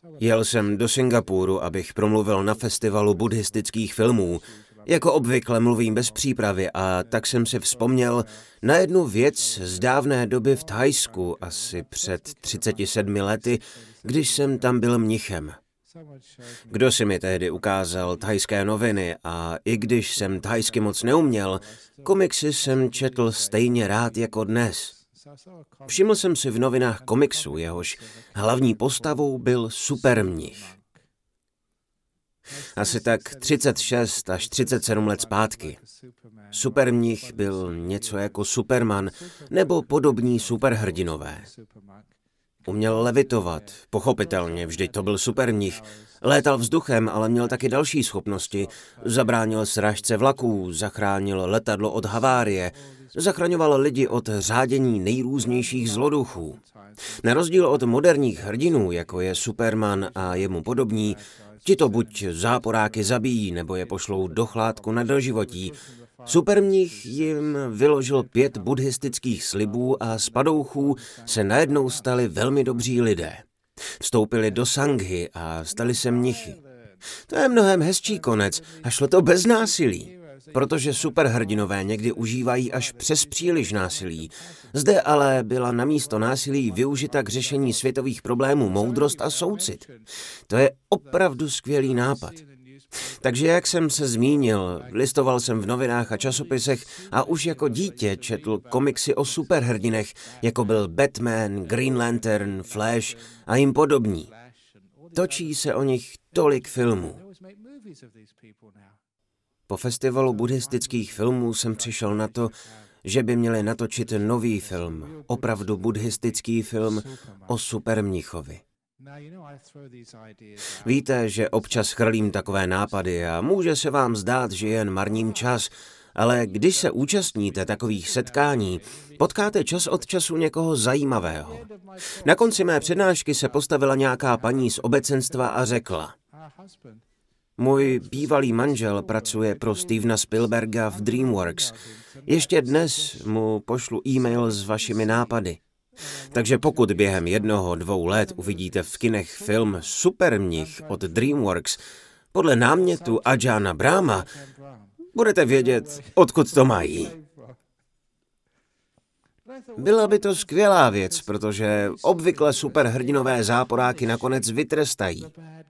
Jel jsem do Singapuru, abych promluvil na festivalu buddhistických filmů. Jako obvykle mluvím bez přípravy a tak jsem si vzpomněl na jednu věc z dávné doby v Thajsku, asi před 37 lety, když jsem tam byl mnichem. Kdo si mi tehdy ukázal thajské noviny a i když jsem thajsky moc neuměl, komiksy jsem četl stejně rád jako dnes. Všiml jsem si v novinách komiksu, jehož hlavní postavou byl supermnich. Asi tak 36 až 37 let zpátky. Supermnich byl něco jako Superman nebo podobní superhrdinové. Uměl levitovat, pochopitelně, vždyť to byl supermnich. Létal vzduchem, ale měl taky další schopnosti. Zabránil srážce vlaků, zachránil letadlo od havárie, zachraňoval lidi od řádění nejrůznějších zloduchů. Na rozdíl od moderních hrdinů, jako je Superman a jemu podobní, ti to buď záporáky zabijí, nebo je pošlou do chládku na doživotí. Supermnich jim vyložil 5 buddhistických slibů a z padouchů se najednou stali velmi dobří lidé. Vstoupili do sanghy a stali se mnichy. To je mnohem hezčí konec a šlo to bez násilí, protože superhrdinové někdy užívají až přes příliš násilí. Zde ale byla namísto násilí využita k řešení světových problémů moudrost a soucit. To je opravdu skvělý nápad. Takže jak jsem se zmínil, listoval jsem v novinách a časopisech a už jako dítě četl komiksy o superhrdinech, jako byl Batman, Green Lantern, Flash a jim podobní. Točí se o nich tolik filmů. Po festivalu buddhistických filmů jsem přišel na to, že by měli natočit nový film, opravdu buddhistický film o supermnichovi. Víte, že občas chrlím takové nápady a může se vám zdát, že jen marním čas, ale když se účastníte takových setkání, potkáte čas od času někoho zajímavého. Na konci mé přednášky se postavila nějaká paní z obecenstva a řekla: můj bývalý manžel pracuje pro Stevena Spielberga v DreamWorks. Ještě dnes mu pošlu e-mail s vašimi nápady. Takže pokud během 1-2 let uvidíte v kinech film Supermnich od DreamWorks podle námětu Ajana Brahma, budete vědět, odkud to mají. Byla by to skvělá věc, protože obvykle superhrdinové záporáky nakonec vytrestají.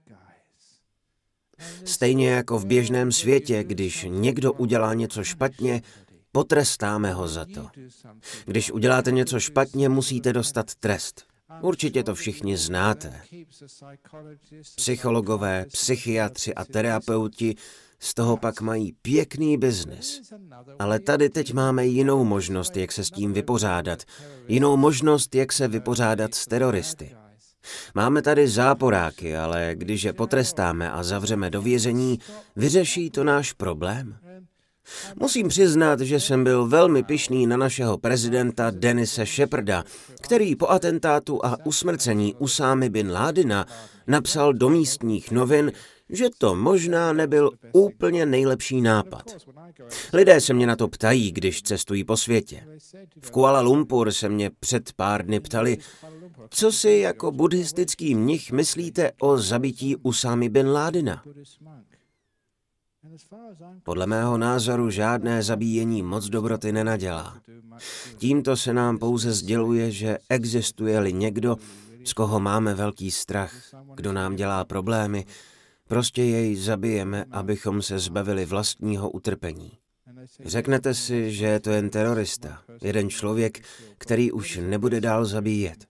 Stejně jako v běžném světě, když někdo udělá něco špatně, potrestáme ho za to. Když uděláte něco špatně, musíte dostat trest. Určitě to všichni znáte. Psychologové, psychiatři a terapeuti z toho pak mají pěkný biznis. Ale tady teď máme jinou možnost, jak se s tím vypořádat. Jinou možnost, jak se vypořádat s teroristy. Máme tady záporáky, ale když je potrestáme a zavřeme do vězení, vyřeší to náš problém? Musím přiznat, že jsem byl velmi pyšný na našeho prezidenta Denise Shepherda, který po atentátu a usmrcení Usámy bin Ládina napsal do místních novin, že to možná nebyl úplně nejlepší nápad. Lidé se mě na to ptají, když cestují po světě. V Kuala Lumpur se mě před pár dny ptali, co si jako buddhistický mnich myslíte o zabití Usámy bin Ládina? Podle mého názoru žádné zabíjení moc dobroty nenadělá. Tímto se nám pouze sděluje, že existuje-li někdo, z koho máme velký strach, kdo nám dělá problémy, prostě jej zabijeme, abychom se zbavili vlastního utrpení. Řeknete si, že je to jen terorista, jeden člověk, který už nebude dál zabíjet.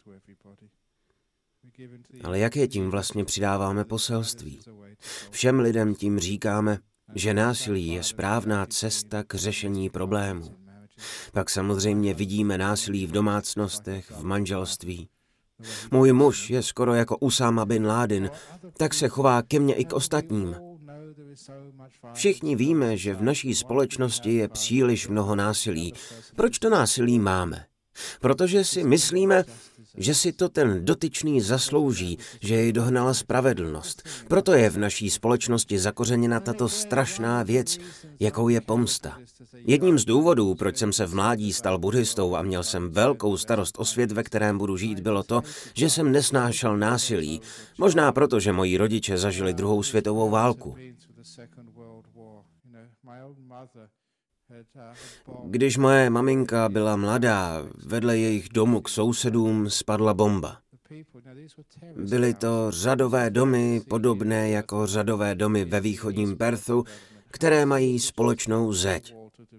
Ale jaké tím vlastně přidáváme poselství? Všem lidem tím říkáme, že násilí je správná cesta k řešení problémů. Pak samozřejmě vidíme násilí v domácnostech, v manželství. Můj muž je skoro jako Usáma bin Ládin, tak se chová ke mně i k ostatním. Všichni víme, že v naší společnosti je příliš mnoho násilí. Proč to násilí máme? Protože si myslíme, že si to ten dotyčný zaslouží, že jej dohnala spravedlnost. Proto je v naší společnosti zakořeněna tato strašná věc, jakou je pomsta. Jedním z důvodů, proč jsem se v mládí stal buddhistou a měl jsem velkou starost o svět, ve kterém budu žít, bylo to, že jsem nesnášel násilí. Možná proto, že moji rodiče zažili druhou světovou válku. Když moje maminka byla mladá, vedle jejich domu k sousedům spadla bomba. Byly to řadové domy, podobné jako řadové domy ve východním Perthu, které mají společnou zeď.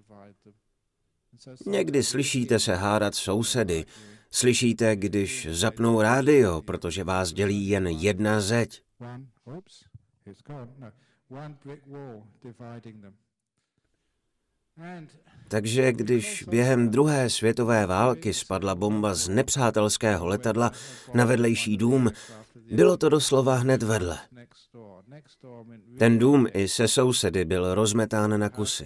Někdy slyšíte se hádat sousedy, slyšíte, když zapnou rádio, protože vás dělí jen jedna zeď. Takže když během druhé světové války spadla bomba z nepřátelského letadla na vedlejší dům, bylo to doslova hned vedle. Ten dům i se sousedy byl rozmetán na kusy.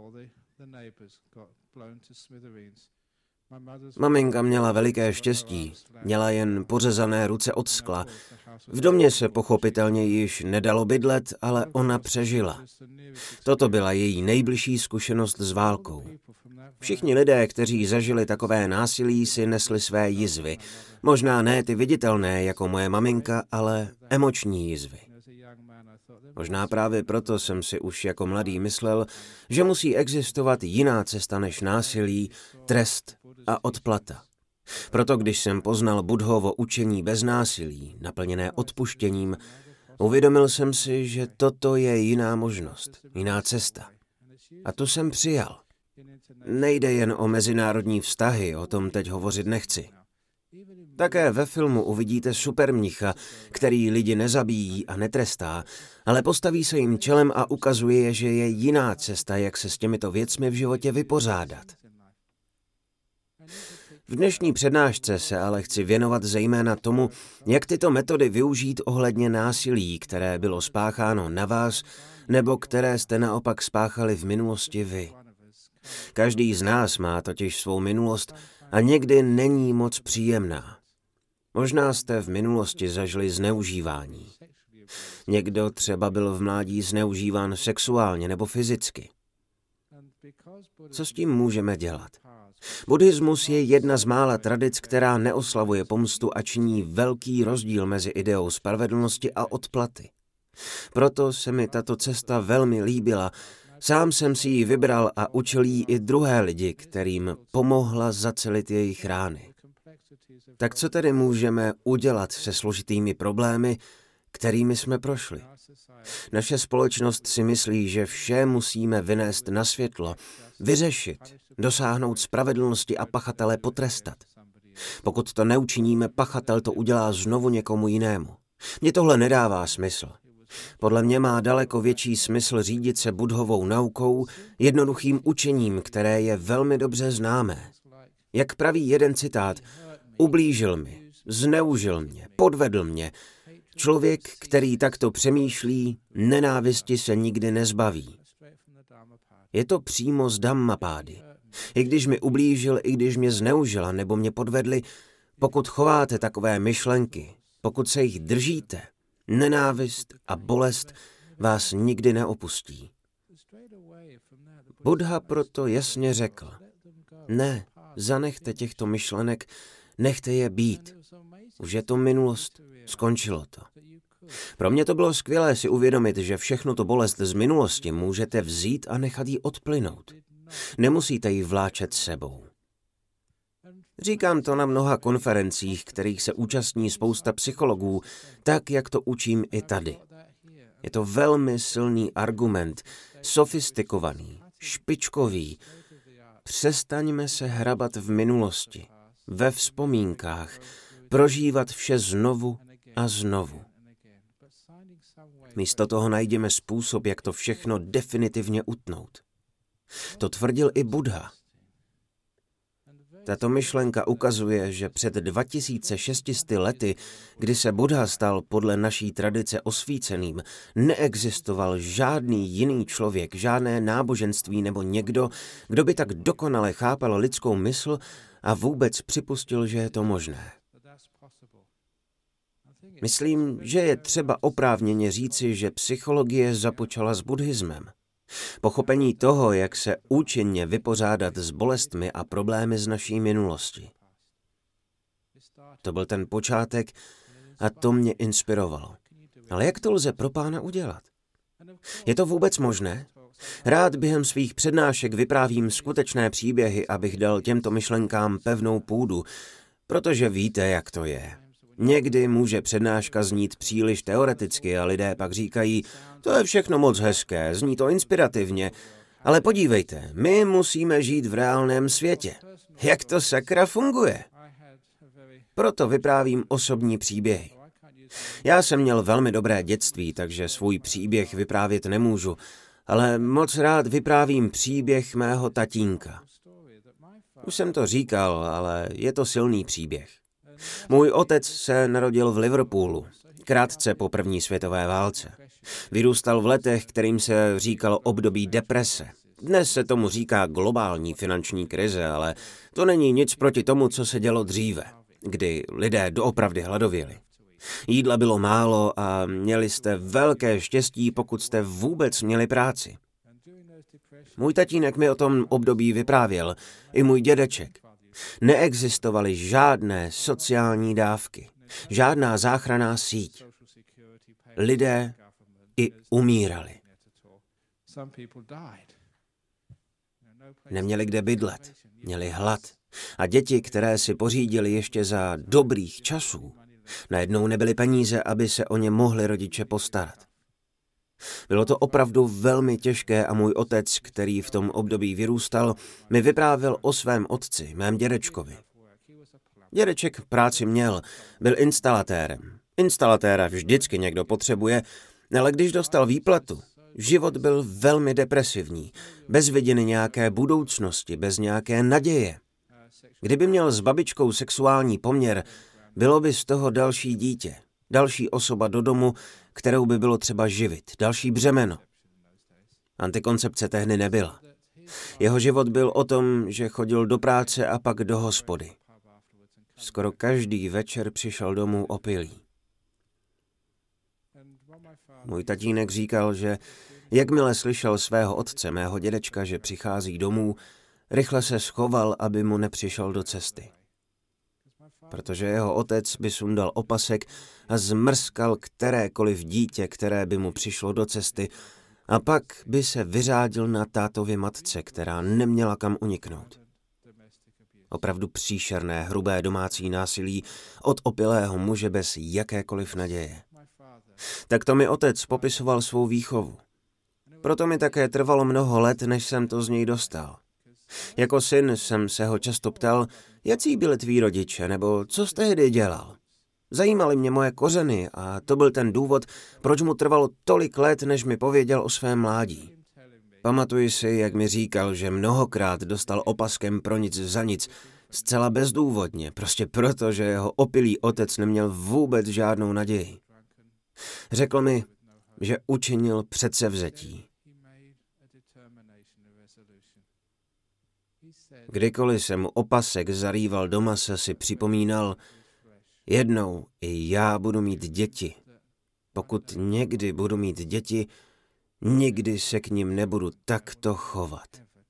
Maminka měla veliké štěstí, měla jen pořezané ruce od skla. V domě se pochopitelně již nedalo bydlet, ale ona přežila. Toto byla její nejbližší zkušenost s válkou. Všichni lidé, kteří zažili takové násilí, si nesli své jizvy. Možná ne ty viditelné, jako moje maminka, ale emoční jizvy. Možná právě proto jsem si už jako mladý myslel, že musí existovat jiná cesta než násilí, trest a odplata. Proto když jsem poznal Buddhovo učení bez násilí, naplněné odpuštěním, uvědomil jsem si, že toto je jiná možnost, jiná cesta. A tu jsem přijal. Nejde jen o mezinárodní vztahy, o tom teď hovořit nechci. Také ve filmu uvidíte supermnicha, který lidi nezabíjí a netrestá, ale postaví se jim čelem a ukazuje, že je jiná cesta, jak se s těmito věcmi v životě vypořádat. V dnešní přednášce se ale chci věnovat zejména tomu, jak tyto metody využít ohledně násilí, které bylo spácháno na vás, nebo které jste naopak spáchali v minulosti vy. Každý z nás má totiž svou minulost a někdy není moc příjemná. Možná jste v minulosti zažili zneužívání. Někdo třeba byl v mládí zneužíván sexuálně nebo fyzicky. Co s tím můžeme dělat? Buddhismus je jedna z mála tradic, která neoslavuje pomstu a činí velký rozdíl mezi ideou spravedlnosti a odplaty. Proto se mi tato cesta velmi líbila. Sám jsem si ji vybral a učil jí i druhé lidi, kterým pomohla zacelit jejich rány. Tak co tedy můžeme udělat se složitými problémy, kterými jsme prošli? Naše společnost si myslí, že vše musíme vynést na světlo, vyřešit, dosáhnout spravedlnosti a pachatele potrestat. Pokud to neučiníme, pachatel to udělá znovu někomu jinému. Mně tohle nedává smysl. Podle mě má daleko větší smysl řídit se Buddhovou naukou, jednoduchým učením, které je velmi dobře známé. Jak praví jeden citát, ublížil mi, zneužil mě, podvedl mě. Člověk, který takto přemýšlí, nenávisti se nikdy nezbaví. Je to přímo z Dhammapády. I když mi ublížil, i když mě zneužila nebo mě podvedli, pokud chováte takové myšlenky, pokud se jich držíte, nenávist a bolest vás nikdy neopustí. Buddha proto jasně řekl, ne, zanechte těchto myšlenek, nechte je být. Už je to minulost, skončilo to. Pro mě to bylo skvělé si uvědomit, že všechnu tu bolest z minulosti můžete vzít a nechat ji odplynout. Nemusíte ji vláčet sebou. Říkám to na mnoha konferencích, kterých se účastní spousta psychologů, tak, jak to učím i tady. Je to velmi silný argument, sofistikovaný, špičkový. Přestaňme se hrabat v minulosti, ve vzpomínkách, prožívat vše znovu a znovu. Místo toho najdeme způsob, jak to všechno definitivně utnout. To tvrdil i Buddha. Tato myšlenka ukazuje, že před 2600 lety, kdy se Buddha stal podle naší tradice osvíceným, neexistoval žádný jiný člověk, žádné náboženství nebo někdo, kdo by tak dokonale chápal lidskou mysl a vůbec připustil, že je to možné. Myslím, že je třeba oprávněně říci, že psychologie započala s buddhismem. Pochopení toho, jak se účinně vypořádat s bolestmi a problémy z naší minulosti. To byl ten počátek a to mě inspirovalo. Ale jak to lze pro Pána udělat? Je to vůbec možné? Rád během svých přednášek vyprávím skutečné příběhy, abych dal těmto myšlenkám pevnou půdu, protože víte, jak to je. Někdy může přednáška znít příliš teoreticky a lidé pak říkají, to je všechno moc hezké, zní to inspirativně, ale podívejte, my musíme žít v reálném světě. Jak to sakra funguje? Proto vyprávím osobní příběhy. Já jsem měl velmi dobré dětství, takže svůj příběh vyprávět nemůžu, ale moc rád vyprávím příběh mého tatínka. Už jsem to říkal, ale je to silný příběh. Můj otec se narodil v Liverpoolu, krátce po první světové válce. Vyrůstal v letech, kterým se říkalo období deprese. Dnes se tomu říká globální finanční krize, ale to není nic proti tomu, co se dělo dříve, kdy lidé doopravdy hladověli. Jídla bylo málo a měli jste velké štěstí, pokud jste vůbec měli práci. Můj tatínek mi o tom období vyprávěl, i můj dědeček. Neexistovaly žádné sociální dávky, žádná záchranná síť. Lidé i umírali. Neměli kde bydlet, měli hlad. A děti, které si pořídili ještě za dobrých časů, najednou nebyly peníze, aby se o ně mohli rodiče postarat. Bylo to opravdu velmi těžké a můj otec, který v tom období vyrůstal, mi vyprávěl o svém otci, mém dědečkovi. Dědeček práci měl, byl instalatérem. Instalatéra vždycky někdo potřebuje, ale když dostal výplatu, život byl velmi depresivní, bez vidiny nějaké budoucnosti, bez nějaké naděje. Kdyby měl s babičkou sexuální poměr, bylo by z toho další dítě, další osoba do domu, kterou by bylo třeba živit, další břemeno. Antikoncepce tehdy nebyla. Jeho život byl o tom, že chodil do práce a pak do hospody. Skoro každý večer přišel domů opilý. Můj tatínek říkal, že jakmile slyšel svého otce, mého dědečka, že přichází domů, rychle se schoval, aby mu nepřišel do cesty. Protože jeho otec by sundal opasek a zmrskal kterékoliv dítě, které by mu přišlo do cesty, a pak by se vyřádil na tátově matce, která neměla kam uniknout. Opravdu příšerné, hrubé domácí násilí od opilého muže bez jakékoliv naděje. Takto mi otec popisoval svou výchovu. Proto mi také trvalo mnoho let, než jsem to z něj dostal. Jako syn jsem se ho často ptal, jací byli tví rodiče, nebo co jsi tehdy dělal. Zajímaly mě moje kořeny a to byl ten důvod, proč mu trvalo tolik let, než mi pověděl o svém mládí. Pamatuji si, jak mi říkal, že mnohokrát dostal opaskem pro nic za nic, zcela bezdůvodně, prostě proto, že jeho opilý otec neměl vůbec žádnou naději. Řekl mi, že učinil předsevzetí. Kdykoliv jsem mu opasek zarýval do masa, si připomínal, jednou i já budu mít děti. Pokud někdy budu mít děti, nikdy se k nim nebudu takto chovat.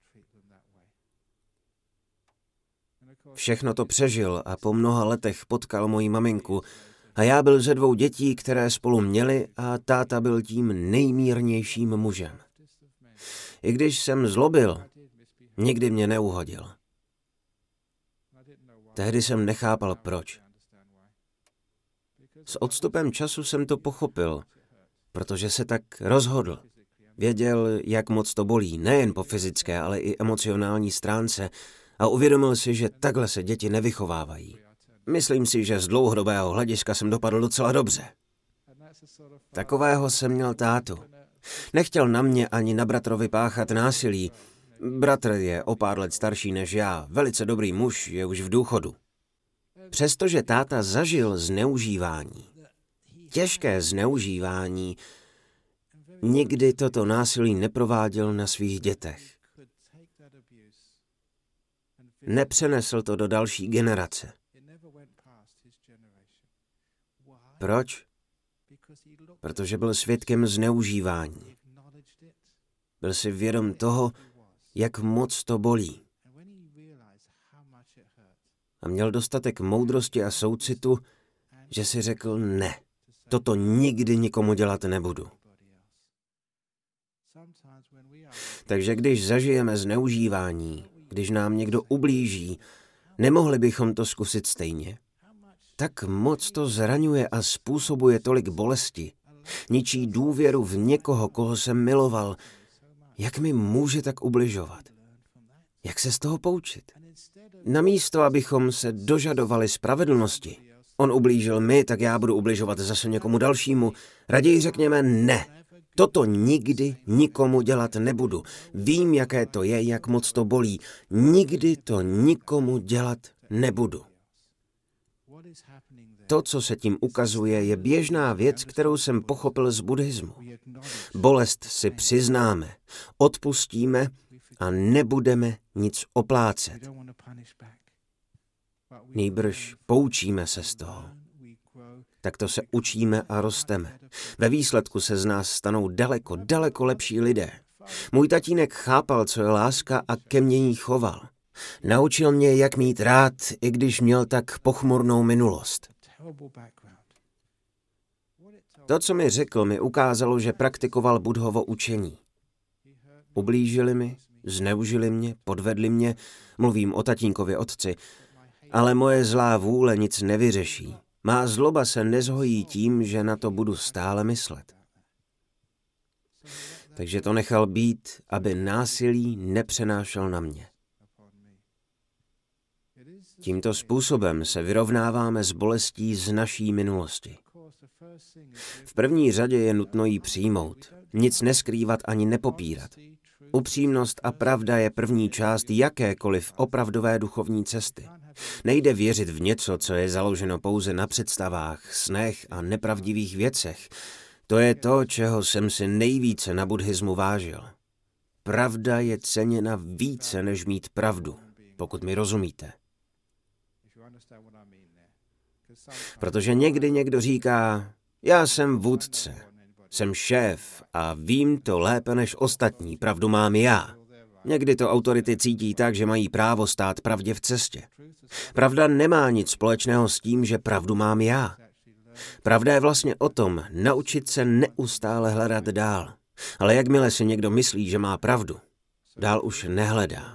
Všechno to přežil a po mnoha letech potkal moji maminku a já byl ze 2 dětí, které spolu měli a táta byl tím nejmírnějším mužem. I když jsem zlobil, nikdy mě neuhodil. Tehdy jsem nechápal proč. S odstupem času jsem to pochopil, protože se tak rozhodl. Věděl, jak moc to bolí, nejen po fyzické, ale i emocionální stránce a uvědomil si, že takhle se děti nevychovávají. Myslím si, že z dlouhodobého hlediska jsem dopadl docela dobře. Takového jsem měl tátu. Nechtěl na mě ani na bratrovi páchat násilí. Bratr je o pár let starší než já, velice dobrý muž, je už v důchodu. Přestože táta zažil zneužívání, těžké zneužívání, nikdy toto násilí neprováděl na svých dětech. Nepřenesl to do další generace. Proč? Protože byl svědkem zneužívání. Byl si vědom toho, jak moc to bolí. A měl dostatek moudrosti a soucitu, že si řekl ne, toto nikdy nikomu dělat nebudu. Takže když zažijeme zneužívání, když nám někdo ublíží, nemohli bychom to zkusit stejně? Tak moc to zraňuje a způsobuje tolik bolesti. Ničí důvěru v někoho, koho jsem miloval. Jak mi může tak ubližovat? Jak se z toho poučit? Namísto, abychom se dožadovali spravedlnosti. On ublížil mi, tak já budu ubližovat zase někomu dalšímu. Raději řekněme ne. Toto nikdy nikomu dělat nebudu. Vím, jaké to je, jak moc to bolí. Nikdy to nikomu dělat nebudu. To, co se tím ukazuje, je běžná věc, kterou jsem pochopil z buddhismu. Bolest si přiznáme, odpustíme a nebudeme nic oplácet. Nýbrž poučíme se z toho. Takto se učíme a rosteme. Ve výsledku se z nás stanou daleko, daleko lepší lidé. Můj tatínek chápal, co je láska a ke mně jí choval. Naučil mě, jak mít rád, i když měl tak pochmurnou minulost. To, co mi řekl, mi ukázalo, že praktikoval Buddhovo učení. Ublížili mi, zneužili mě, podvedli mě, mluvím o tatínkově otci, ale moje zlá vůle nic nevyřeší. Má zloba se nezhojí tím, že na to budu stále myslet. Takže to nechal být, aby násilí nepřenášel na mě. Tímto způsobem se vyrovnáváme s bolestí z naší minulosti. V první řadě je nutno ji přijmout, nic neskrývat ani nepopírat. Upřímnost a pravda je první část jakékoliv opravdové duchovní cesty. Nejde věřit v něco, co je založeno pouze na představách, snech a nepravdivých věcech. To je to, čeho jsem si nejvíce na buddhismu vážil. Pravda je ceněna více, než mít pravdu, pokud mi rozumíte. Protože někdy někdo říká, já jsem vůdce, jsem šéf a vím to lépe než ostatní, pravdu mám já. Někdy to autority cítí tak, že mají právo stát pravdě v cestě. Pravda nemá nic společného s tím, že pravdu mám já. Pravda je vlastně o tom, naučit se neustále hledat dál. Ale jakmile si někdo myslí, že má pravdu, dál už nehledá.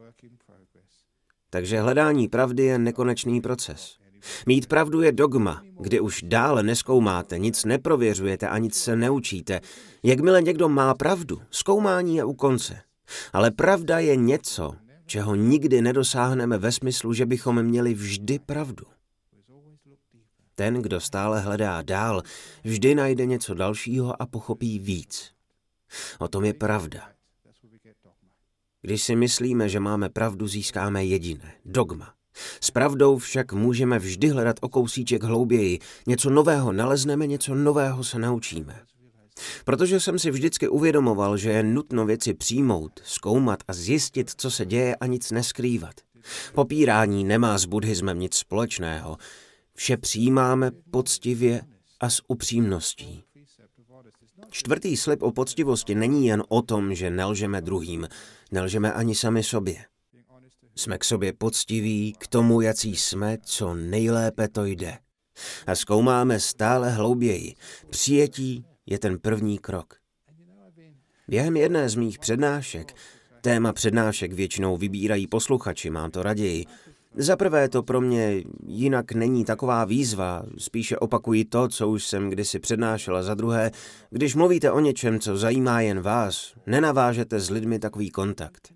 Takže hledání pravdy je nekonečný proces. Mít pravdu je dogma, kdy už dále nezkoumáte, nic neprověřujete a nic se neučíte. Jakmile někdo má pravdu, zkoumání je u konce. Ale pravda je něco, čeho nikdy nedosáhneme ve smyslu, že bychom měli vždy pravdu. Ten, kdo stále hledá dál, vždy najde něco dalšího a pochopí víc. O tom je pravda. Když si myslíme, že máme pravdu, získáme jediné, dogma. S pravdou však můžeme vždy hledat o kousíček hlouběji. Něco nového nalezneme, něco nového se naučíme. Protože jsem si vždycky uvědomoval, že je nutno věci přijmout, zkoumat a zjistit, co se děje a nic neskrývat. Popírání nemá s buddhismem nic společného. Vše přijímáme poctivě a s upřímností. Čtvrtý slib o poctivosti není jen o tom, že nelžeme druhým, nelžeme ani sami sobě. Jsme k sobě poctiví, k tomu, jací jsme, co nejlépe to jde. A zkoumáme stále hlouběji. Přijetí je ten první krok. Během jedné z mých přednášek, téma přednášek většinou vybírají posluchači, mám to raději. Za prvé to pro mě jinak není taková výzva, spíše opakuji to, co už jsem kdysi přednášel, a za druhé, když mluvíte o něčem, co zajímá jen vás, nenavážete s lidmi takový kontakt.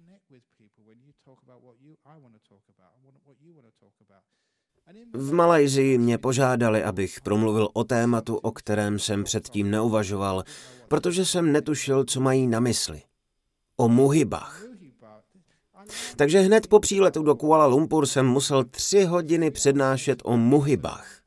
V Malajsii mě požádali, abych promluvil o tématu, o kterém jsem předtím neuvažoval, protože jsem netušil, co mají na mysli. O muhibách. Takže hned po příletu do Kuala Lumpur jsem musel 3 hodiny přednášet o muhibách.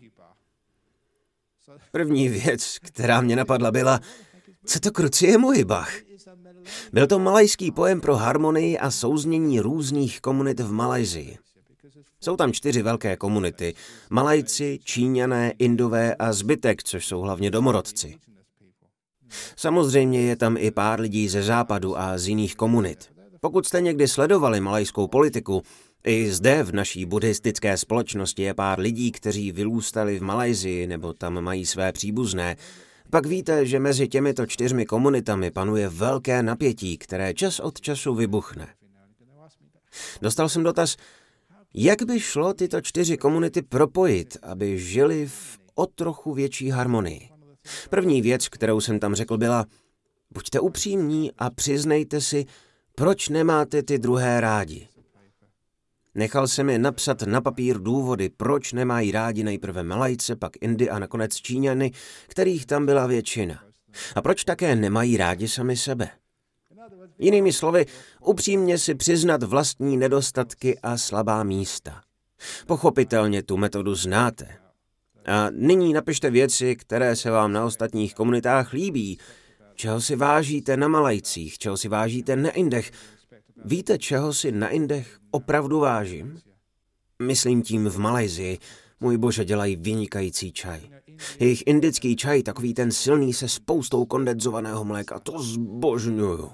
První věc, která mě napadla, byla, co to kruci je muhibah? Byl to malajský pojem pro harmonii a souznění různých komunit v Malajsii. Jsou tam 4 velké komunity. Malajci, Číňané, Indové a zbytek, což jsou hlavně domorodci. Samozřejmě je tam i pár lidí ze západu a z jiných komunit. Pokud jste někdy sledovali malajskou politiku, i zde v naší buddhistické společnosti je pár lidí, kteří vyrůstali v Malajsii nebo tam mají své příbuzné. Pak víte, že mezi těmito 4 komunitami panuje velké napětí, které čas od času vybuchne. Dostal jsem dotaz, jak by šlo tyto 4 komunity propojit, aby žili v o trochu větší harmonii. První věc, kterou jsem tam řekl, byla, buďte upřímní a přiznejte si, proč nemáte ty druhé rádi. Nechal jsem je napsat na papír důvody, proč nemají rádi nejprve Malajce, pak Indy a nakonec Číňany, kterých tam byla většina. A proč také nemají rádi sami sebe. Jinými slovy, upřímně si přiznat vlastní nedostatky a slabá místa. Pochopitelně tu metodu znáte. A nyní napište věci, které se vám na ostatních komunitách líbí. Čeho si vážíte na Malajcích, čeho si vážíte na Indech. Víte, čeho si na Indech opravdu vážím? Myslím tím v Malajsii. Můj bože, dělají vynikající čaj. Jejich indický čaj, takový ten silný se spoustou kondenzovaného mléka, to zbožňuju.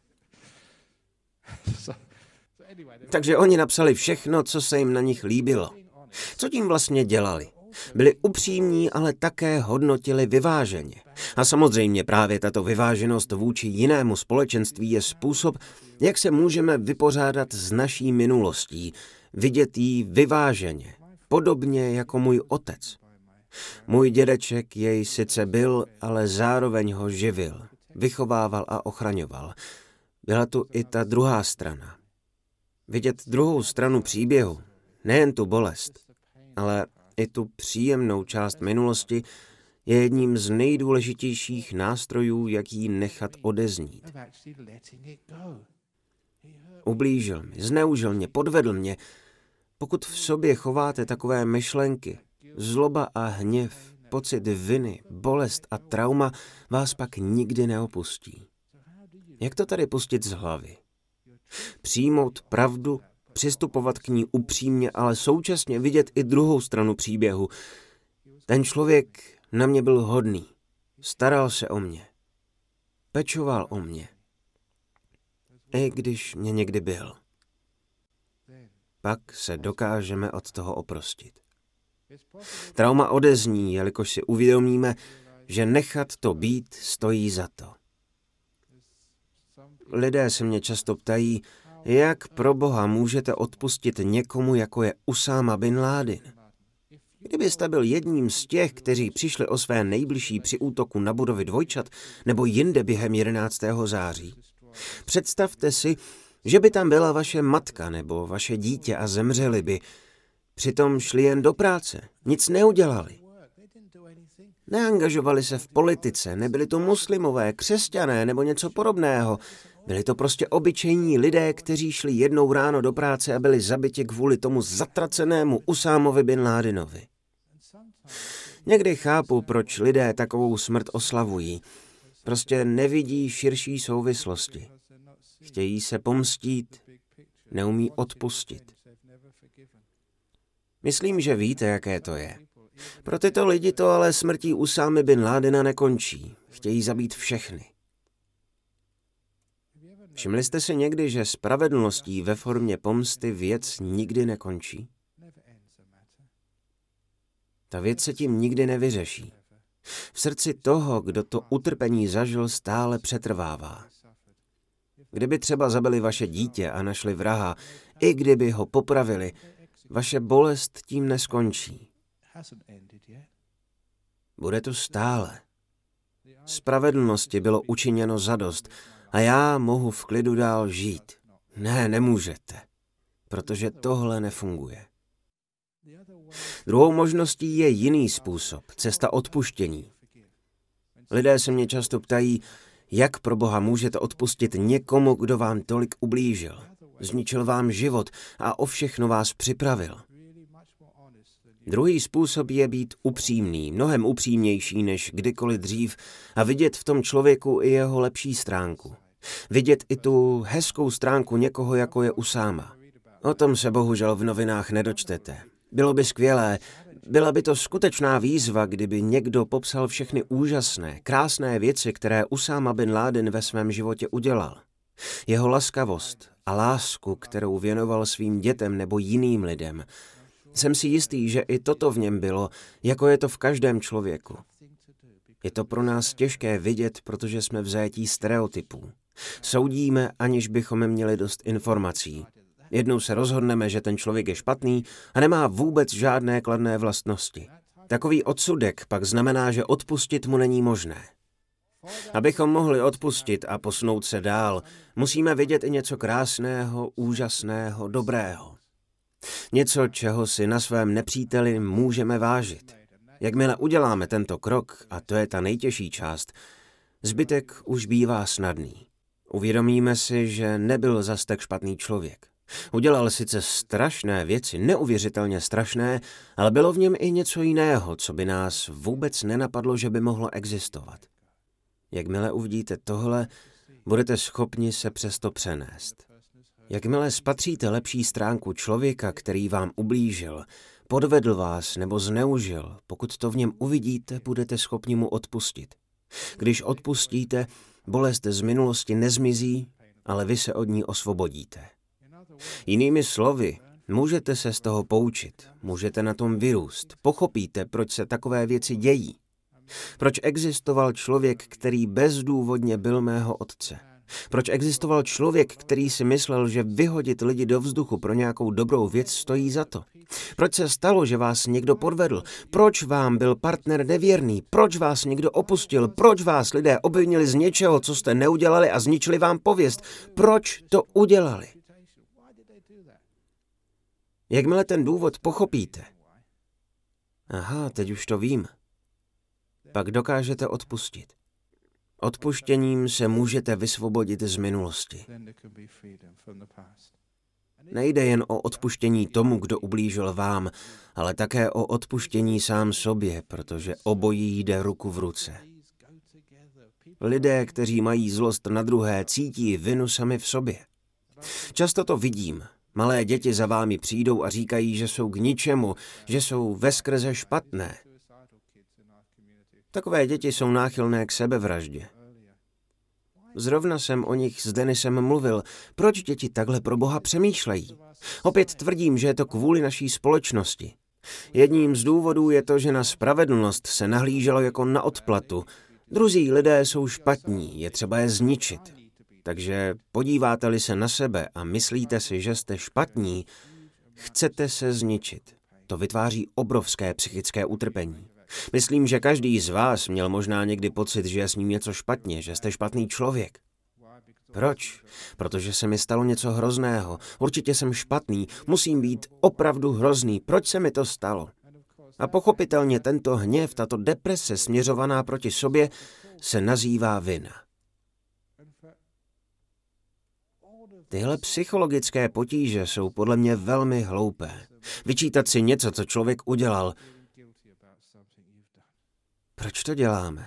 Takže oni napsali všechno, co se jim na nich líbilo. Co tím vlastně dělali? Byli upřímní, ale také hodnotili vyváženě. A samozřejmě právě tato vyváženost vůči jinému společenství je způsob, jak se můžeme vypořádat s naší minulostí, vidět ji vyváženě, podobně jako můj otec. Můj dědeček jej sice byl, ale zároveň ho živil, vychovával a ochraňoval. Byla tu i ta druhá strana. Vidět druhou stranu příběhu, nejen tu bolest, ale i tu příjemnou část minulosti, je jedním z nejdůležitějších nástrojů, jak ji nechat odeznít. Ublížil mi, zneužil mě, podvedl mě. Pokud v sobě chováte takové myšlenky, zloba a hněv, pocit viny, bolest a trauma vás pak nikdy neopustí. Jak to tady pustit z hlavy? Přijmout pravdu, přistupovat k ní upřímně, ale současně vidět i druhou stranu příběhu. Ten člověk na mě byl hodný, staral se o mě, pečoval o mě, i když mě někdy byl. Pak se dokážeme od toho oprostit. Trauma odezní, jelikož si uvědomíme, že nechat to být stojí za to. Lidé se mě často ptají, jak pro Boha můžete odpustit někomu, jako je Usáma bin Ládin? Kdybyste byl jedním z těch, kteří přišli o své nejbližší při útoku na budovy dvojčat nebo jinde během 11. září. Představte si, že by tam byla vaše matka nebo vaše dítě a zemřeli by. Přitom šli jen do práce, nic neudělali. Neangažovali se v politice, nebyli to muslimové, křesťané nebo něco podobného. Byli to prostě obyčejní lidé, kteří šli jednou ráno do práce a byli zabiti kvůli tomu zatracenému Usámovi bin Ládinovi. Někdy chápu, proč lidé takovou smrt oslavují. Prostě nevidí širší souvislosti. Chtějí se pomstít, neumí odpustit. Myslím, že víte, jaké to je. Pro tyto lidi to ale smrtí Usámy bin Ládina nekončí. Chtějí zabít všechny. Všimli jste si někdy, že spravedlností ve formě pomsty věc nikdy nekončí? Ta věc se tím nikdy nevyřeší. V srdci toho, kdo to utrpení zažil, stále přetrvává. Kdyby třeba zabili vaše dítě a našli vraha, i kdyby ho popravili, vaše bolest tím neskončí. Bude tu stále. Spravedlnosti bylo učiněno zadost a já mohu v klidu dál žít. Ne, nemůžete, protože tohle nefunguje. Druhou možností je jiný způsob, cesta odpuštění. Lidé se mě často ptají, jak pro Boha můžete odpustit někomu, kdo vám tolik ublížil, zničil vám život a o všechno vás připravil. Druhý způsob je být upřímný, mnohem upřímnější než kdykoliv dřív a vidět v tom člověku i jeho lepší stránku. Vidět i tu hezkou stránku někoho, jako je Usáma. O tom se bohužel v novinách nedočtete. Bylo by skvělé, byla by to skutečná výzva, kdyby někdo popsal všechny úžasné, krásné věci, které Usáma bin Ládin ve svém životě udělal. Jeho laskavost a lásku, kterou věnoval svým dětem nebo jiným lidem. Jsem si jistý, že i toto v něm bylo, jako je to v každém člověku. Je to pro nás těžké vidět, protože jsme v zajetí stereotypů. Soudíme, aniž bychom měli dost informací. Jednou se rozhodneme, že ten člověk je špatný a nemá vůbec žádné kladné vlastnosti. Takový odsudek pak znamená, že odpustit mu není možné. Abychom mohli odpustit a posunout se dál, musíme vidět i něco krásného, úžasného, dobrého. Něco, čeho si na svém nepříteli můžeme vážit. Jakmile uděláme tento krok, a to je ta nejtěžší část, zbytek už bývá snadný. Uvědomíme si, že nebyl zas tak špatný člověk. Udělal sice strašné věci, neuvěřitelně strašné, ale bylo v něm i něco jiného, co by nás vůbec nenapadlo, že by mohlo existovat. Jakmile uvidíte tohle, budete schopni se přes to přenést. Jakmile spatříte lepší stránku člověka, který vám ublížil, podvedl vás nebo zneužil, pokud to v něm uvidíte, budete schopni mu odpustit. Když odpustíte, bolest z minulosti nezmizí, ale vy se od ní osvobodíte. Jinými slovy, můžete se z toho poučit, můžete na tom vyrůst, pochopíte, proč se takové věci dějí. Proč existoval člověk, který bezdůvodně byl mého otce? Proč existoval člověk, který si myslel, že vyhodit lidi do vzduchu pro nějakou dobrou věc stojí za to? Proč se stalo, že vás někdo podvedl? Proč vám byl partner nevěrný? Proč vás někdo opustil? Proč vás lidé obvinili z něčeho, co jste neudělali a zničili vám pověst? Proč to udělali? Jakmile ten důvod pochopíte, aha, teď už to vím, pak dokážete odpustit. Odpuštěním se můžete vysvobodit z minulosti. Nejde jen o odpuštění tomu, kdo ublížil vám, ale také o odpuštění sám sobě, protože obojí jde ruku v ruce. Lidé, kteří mají zlost na druhé, cítí vinu sami v sobě. Často to vidím. Malé děti za vámi přijdou a říkají, že jsou k ničemu, že jsou veskrze špatné. Takové děti jsou náchylné k sebevraždě. Zrovna jsem o nich s Denisem mluvil. Proč děti takhle pro Boha přemýšlejí? Opět tvrdím, že je to kvůli naší společnosti. Jedním z důvodů je to, že na spravedlnost se nahlíželo jako na odplatu. Druzí lidé jsou špatní, je třeba je zničit. Takže podíváte-li se na sebe a myslíte si, že jste špatní, chcete se zničit. To vytváří obrovské psychické utrpení. Myslím, že každý z vás měl možná někdy pocit, že je s ním něco špatně, že jste špatný člověk. Proč? Protože se mi stalo něco hrozného. Určitě jsem špatný, musím být opravdu hrozný. Proč se mi to stalo? A pochopitelně tento hněv, tato deprese směřovaná proti sobě se nazývá vina. Tyhle psychologické potíže jsou podle mě velmi hloupé. Vyčítat si něco, co člověk udělal. Proč to děláme?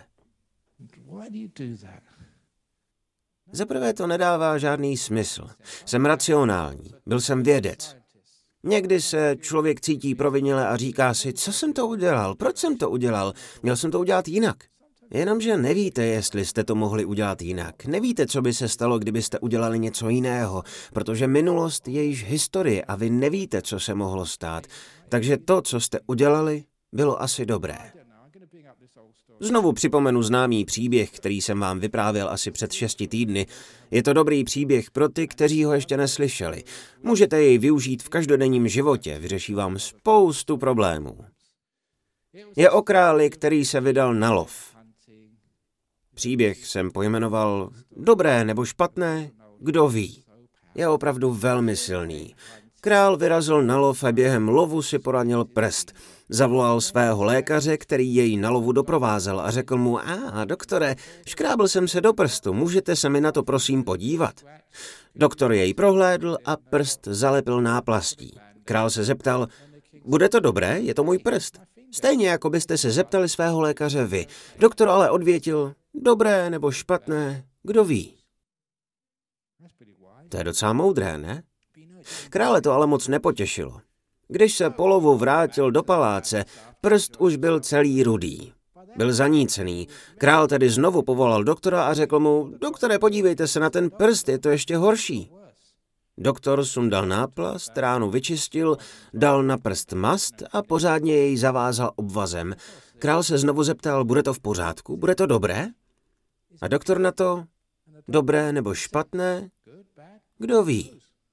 Zaprvé to nedává žádný smysl. Jsem racionální, byl jsem vědec. Někdy se člověk cítí provinile a říká si, co jsem to udělal, proč jsem to udělal, měl jsem to udělat jinak. Jenomže nevíte, jestli jste to mohli udělat jinak. Nevíte, co by se stalo, kdybyste udělali něco jiného, protože minulost je již historie a vy nevíte, co se mohlo stát. Takže to, co jste udělali, bylo asi dobré. Znovu připomenu známý příběh, který jsem vám vyprávěl asi před 6 týdny. Je to dobrý příběh pro ty, kteří ho ještě neslyšeli. Můžete jej využít v každodenním životě, vyřeší vám spoustu problémů. Je o králi, který se vydal na lov. Příběh jsem pojmenoval dobré nebo špatné, kdo ví. Je opravdu velmi silný. Král vyrazil na lov a během lovu si poranil prst. Zavolal svého lékaře, který jej na lovu doprovázel a řekl mu, doktore, škrábl jsem se do prstu, můžete se mi na to prosím podívat? Doktor jej prohlédl a prst zalepil náplastí. Král se zeptal, bude to dobré, je to můj prst. Stejně jako byste se zeptali svého lékaře vy. Doktor ale odvětil, dobré nebo špatné, kdo ví. To je docela moudré, ne? Krále to ale moc nepotěšilo. Když se po lovu vrátil do paláce, prst už byl celý rudý. Byl zanícený. Král tedy znovu povolal doktora a řekl mu, doktore, podívejte se na ten prst, je to ještě horší. Doktor sundal náplast, ránu vyčistil, dal na prst mast a pořádně jej zavázal obvazem. Král se znovu zeptal, bude to v pořádku, bude to dobré? A doktor na to, dobré nebo špatné, kdo ví.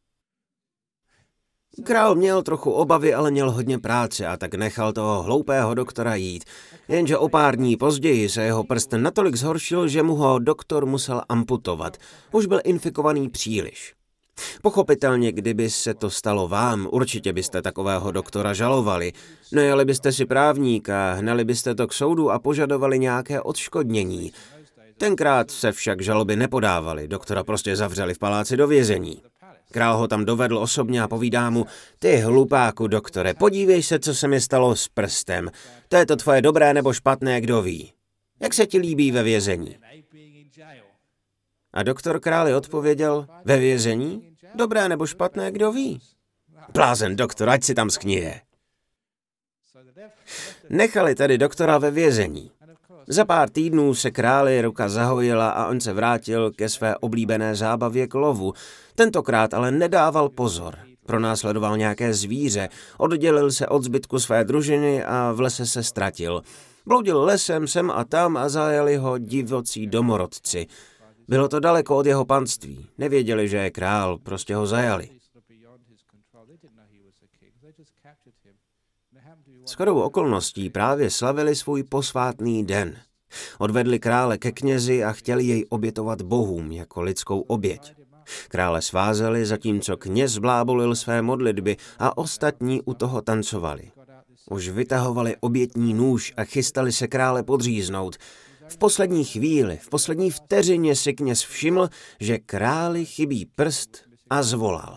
Král měl trochu obavy, ale měl hodně práce a tak nechal toho hloupého doktora jít. Jenže o pár dní později se jeho prst natolik zhoršil, že mu ho doktor musel amputovat. Už byl infikovaný příliš. Pochopitelně, kdyby se to stalo vám, určitě byste takového doktora žalovali. Najali byste si právníka, hnali byste to k soudu a požadovali nějaké odškodnění. Tenkrát se však žaloby nepodávaly, doktora prostě zavřeli v paláci do vězení. Král ho tam dovedl osobně a povídá mu, ty hlupáku, doktore, podívej se, co se mi stalo s prstem. To je to tvoje dobré nebo špatné, kdo ví. Jak se ti líbí ve vězení? A doktor králi odpověděl, ve vězení? Dobré nebo špatné, kdo ví? Blázen doktor, ať si tam skněje. Nechali tedy doktora ve vězení. Za pár týdnů se králi ruka zahojila a on se vrátil ke své oblíbené zábavě k lovu. Tentokrát ale nedával pozor. Pronásledoval nějaké zvíře, oddělil se od zbytku své družiny a v lese se ztratil. Bloudil lesem sem a tam a zajeli ho divocí domorodci. Bylo to daleko od jeho panství. Nevěděli, že je král, prostě ho zajali. Shodou okolností právě slavili svůj posvátný den. Odvedli krále ke knězi a chtěli jej obětovat bohům jako lidskou oběť. Krále svázeli, zatímco kněz blábolil své modlitby a ostatní u toho tancovali. Už vytahovali obětní nůž a chystali se krále podříznout. V poslední chvíli, v poslední vteřině si kněz všiml, že králi chybí prst a zvolal.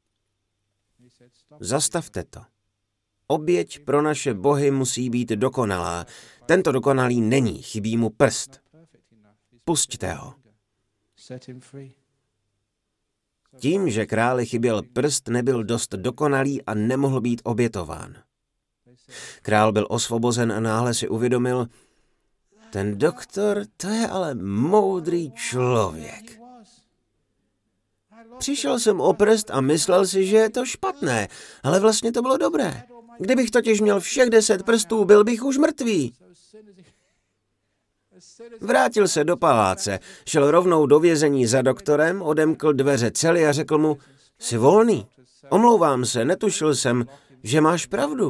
Zastavte to. Oběť pro naše bohy musí být dokonalá. Tento dokonalý není, chybí mu prst. Pusťte ho. Tím, že králi chyběl prst, nebyl dost dokonalý a nemohl být obětován. Král byl osvobozen a náhle si uvědomil, ten doktor, to je ale moudrý člověk. Přišel jsem o prst a myslel si, že je to špatné, ale vlastně to bylo dobré. Kdybych totiž měl všech 10 prstů, byl bych už mrtvý. Vrátil se do paláce, šel rovnou do vězení za doktorem, odemkl dveře cely a řekl mu, jsi volný, omlouvám se, netušil jsem, že máš pravdu.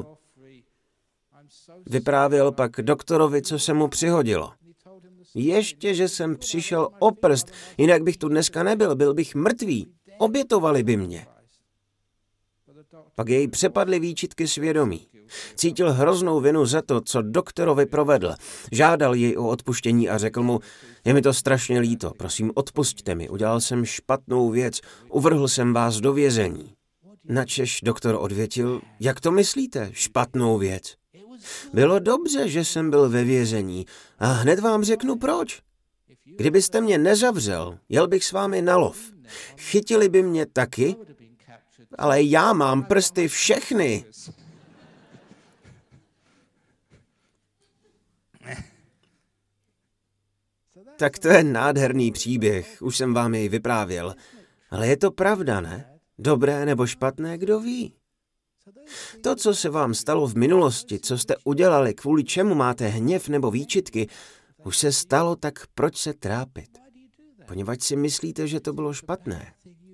Vyprávěl pak doktorovi, co se mu přihodilo. Ještě, že jsem přišel o prst, jinak bych tu dneska nebyl, byl bych mrtvý, obětovali by mě. Pak jej přepadly výčitky svědomí. Cítil hroznou vinu za to, co doktorovi provedl. Žádal jej o odpuštění a řekl mu, je mi to strašně líto, prosím, odpusťte mi, udělal jsem špatnou věc, uvrhl jsem vás do vězení. Načež doktor odvětil, jak to myslíte, špatnou věc? Bylo dobře, že jsem byl ve vězení a hned vám řeknu proč. Kdybyste mě nezavřel, jel bych s vámi na lov. Chytili by mě taky, ale já mám prsty všechny. Tak to je nádherný příběh, už jsem vám jej vyprávěl. Ale je to pravda, ne? Dobré nebo špatné, kdo ví? To, co se vám stalo v minulosti, co jste udělali, kvůli čemu máte hněv nebo výčitky, už se stalo, tak proč se trápit? Poněvadž si myslíte, že to bylo špatné.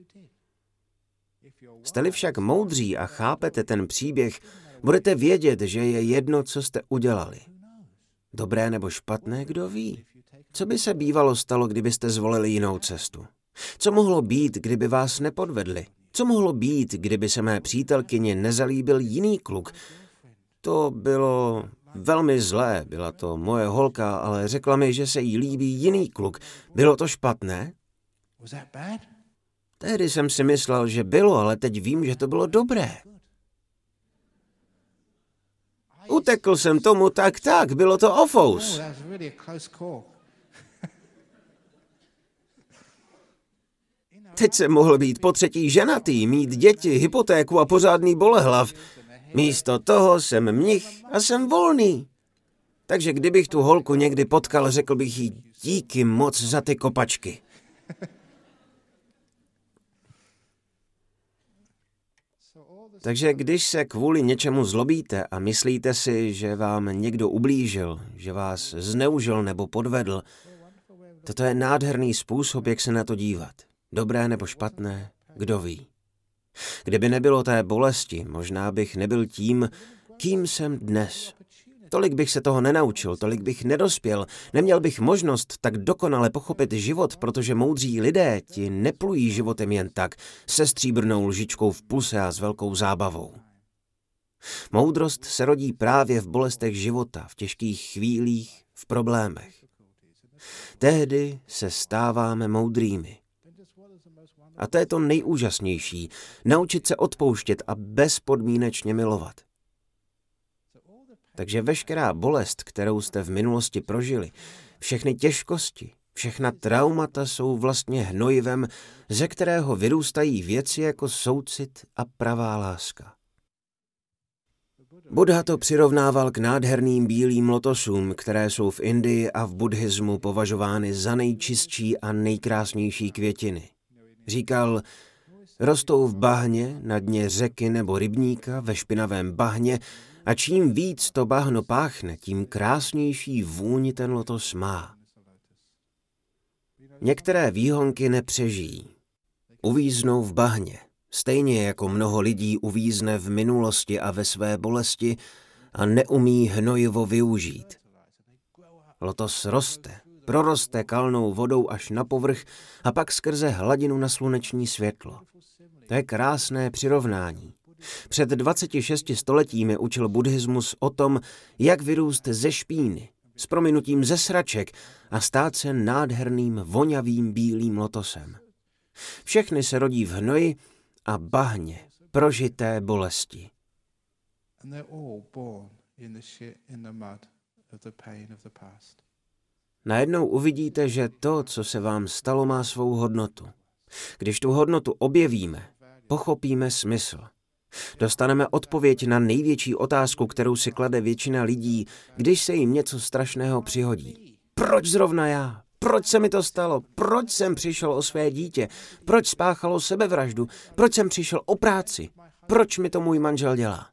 Jste-li však moudří a chápete ten příběh, budete vědět, že je jedno, co jste udělali. Dobré nebo špatné, kdo ví? Co by se bývalo stalo, kdybyste zvolili jinou cestu? Co mohlo být, kdyby vás nepodvedli? Co mohlo být, kdyby se mé přítelkyni nezalíbil jiný kluk? To bylo velmi zlé, byla to moje holka, ale řekla mi, že se jí líbí jiný kluk. Bylo to špatné? Tehdy jsem si myslel, že bylo, ale teď vím, že to bylo dobré. Utekl jsem tomu tak, bylo to ofous. Teď jsem mohl být potřetí ženatý, mít děti, hypotéku a pořádný bolehlav. Místo toho jsem mnich a jsem volný. Takže kdybych tu holku někdy potkal, řekl bych jí díky moc za ty kopačky. Takže když se kvůli něčemu zlobíte a myslíte si, že vám někdo ublížil, že vás zneužil nebo podvedl, toto je nádherný způsob, jak se na to dívat. Dobré nebo špatné, kdo ví. Kdyby nebylo té bolesti, možná bych nebyl tím, kým jsem dnes. Tolik bych se toho nenaučil, tolik bych nedospěl, neměl bych možnost tak dokonale pochopit život, protože moudří lidé ti neplují životem jen tak, se stříbrnou lžičkou v puse a s velkou zábavou. Moudrost se rodí právě v bolestech života, v těžkých chvílích, v problémech. Tehdy se stáváme moudrými. A to je to nejúžasnější, naučit se odpouštět a bezpodmínečně milovat. Takže veškerá bolest, kterou jste v minulosti prožili, všechny těžkosti, všechna traumata jsou vlastně hnojivem, ze kterého vyrůstají věci jako soucit a pravá láska. Buddha to přirovnával k nádherným bílým lotosům, které jsou v Indii a v buddhismu považovány za nejčistší a nejkrásnější květiny. Říkal, rostou v bahně, na dně řeky nebo rybníka, ve špinavém bahně, a čím víc to bahno páchne, tím krásnější vůni ten lotos má. Některé výhonky nepřežijí. Uvíznou v bahně, stejně jako mnoho lidí uvízne v minulosti a ve své bolesti a neumí hnojivo využít. Lotos roste, proroste kalnou vodou až na povrch a pak skrze hladinu na sluneční světlo. To je krásné přirovnání. Před 26 stoletími učil buddhismus o tom, jak vyrůst ze špíny, s prominutím ze sraček a stát se nádherným, vonavým bílým lotosem. Všechny se rodí v hnoji a bahně prožité bolesti. Najednou uvidíte, že to, co se vám stalo, má svou hodnotu. Když tu hodnotu objevíme, pochopíme smysl. Dostaneme odpověď na největší otázku, kterou si klade většina lidí, když se jim něco strašného přihodí. Proč zrovna já? Proč se mi to stalo? Proč jsem přišel o své dítě? Proč spáchalo sebevraždu? Proč jsem přišel o práci? Proč mi to můj manžel dělá?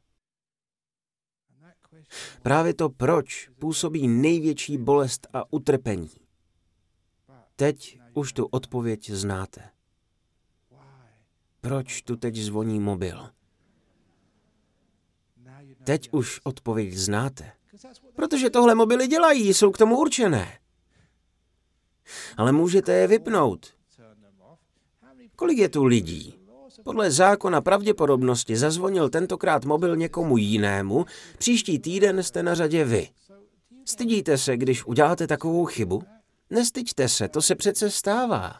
Právě to proč působí největší bolest a utrpení. Teď už tu odpověď znáte. Proč tu teď zvoní mobil? Teď už odpověď znáte. Protože tohle mobily dělají, jsou k tomu určené. Ale můžete je vypnout. Kolik je tu lidí? Podle zákona pravděpodobnosti zazvonil tentokrát mobil někomu jinému, příští týden jste na řadě vy. Stydíte se, když uděláte takovou chybu? Nestyďte se, to se přece stává.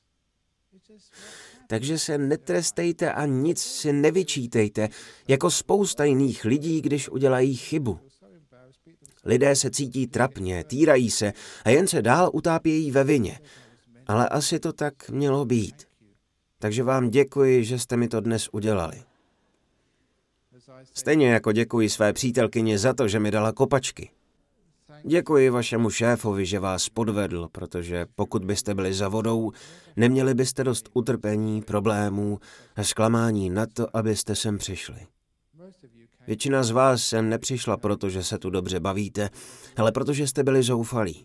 Takže se netrestejte a nic si nevyčítejte, jako spousta jiných lidí, když udělají chybu. Lidé se cítí trapně, týrají se a jen se dál utápějí ve vině. Ale asi to tak mělo být. Takže vám děkuji, že jste mi to dnes udělali. Stejně jako děkuji své přítelkyni za to, že mi dala kopačky. Děkuji vašemu šéfovi, že vás podvedl, protože pokud byste byli za vodou, neměli byste dost utrpení, problémů a zklamání na to, abyste sem přišli. Většina z vás sem nepřišla, protože se tu dobře bavíte, ale protože jste byli zoufalí.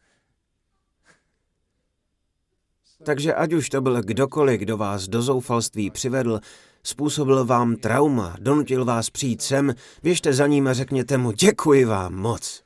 Takže ať už to byl kdokoliv, kdo vás do zoufalství přivedl, způsobil vám trauma, donutil vás přijít sem, běžte za ním a řekněte mu děkuji vám moc.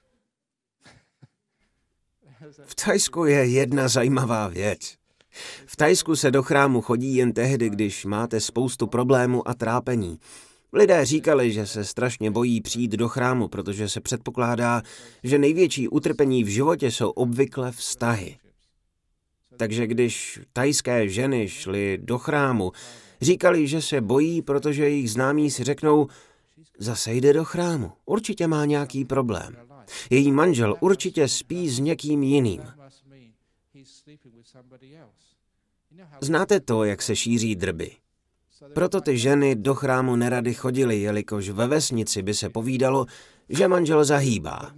V Thajsku je jedna zajímavá věc. V Thajsku se do chrámu chodí jen tehdy, když máte spoustu problémů a trápení. Lidé říkali, že se strašně bojí přijít do chrámu, protože se předpokládá, že největší utrpení v životě jsou obvykle vztahy. Takže když thajské ženy šly do chrámu, říkali, že se bojí, protože jejich známí si řeknou, zase jde do chrámu, určitě má nějaký problém. Její manžel určitě spí s někým jiným. Znáte to, jak se šíří drby. Proto ty ženy do chrámu nerady chodily, jelikož ve vesnici by se povídalo, že manžel zahýbá.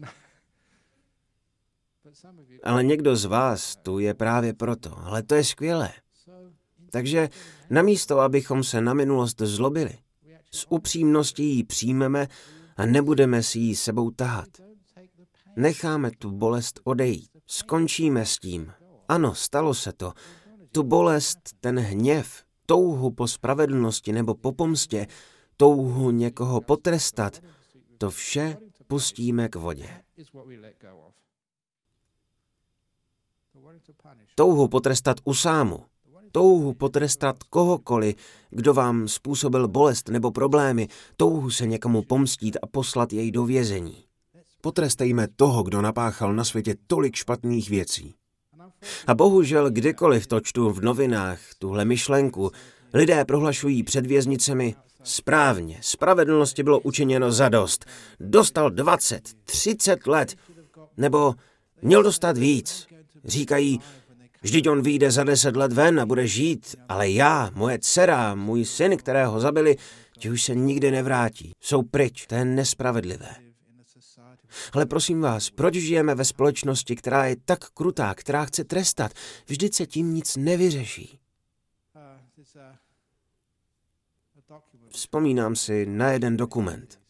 Ale někdo z vás tu je právě proto, ale to je skvělé. Takže namísto, abychom se na minulost zlobili, s upřímností ji přijmeme a nebudeme si ji sebou tahat. Necháme tu bolest odejít. Skončíme s tím. Ano, stalo se to. Tu bolest, ten hněv, touhu po spravedlnosti nebo po pomstě, touhu někoho potrestat, to vše pustíme k vodě. Touhu potrestat Usámu, touhu potrestat kohokoliv, kdo vám způsobil bolest nebo problémy, touhu se někomu pomstít a poslat jej do vězení. Potrestejme toho, kdo napáchal na světě tolik špatných věcí. A bohužel, kdykoliv to čtu v novinách, tuhle myšlenku, lidé prohlašují před věznicemi, správně, spravedlnosti bylo učiněno zadost, dostal 20, 30 let, nebo měl dostat víc. Říkají, vždyť on vyjde za 10 let ven a bude žít, ale já, moje dcera, můj syn, kterého zabili, ti už se nikdy nevrátí, jsou pryč, to je nespravedlivé. Ale prosím vás, proč žijeme ve společnosti, která je tak krutá, která chce trestat? Vždyť se tím nic nevyřeší. Vzpomínám si na jeden dokument.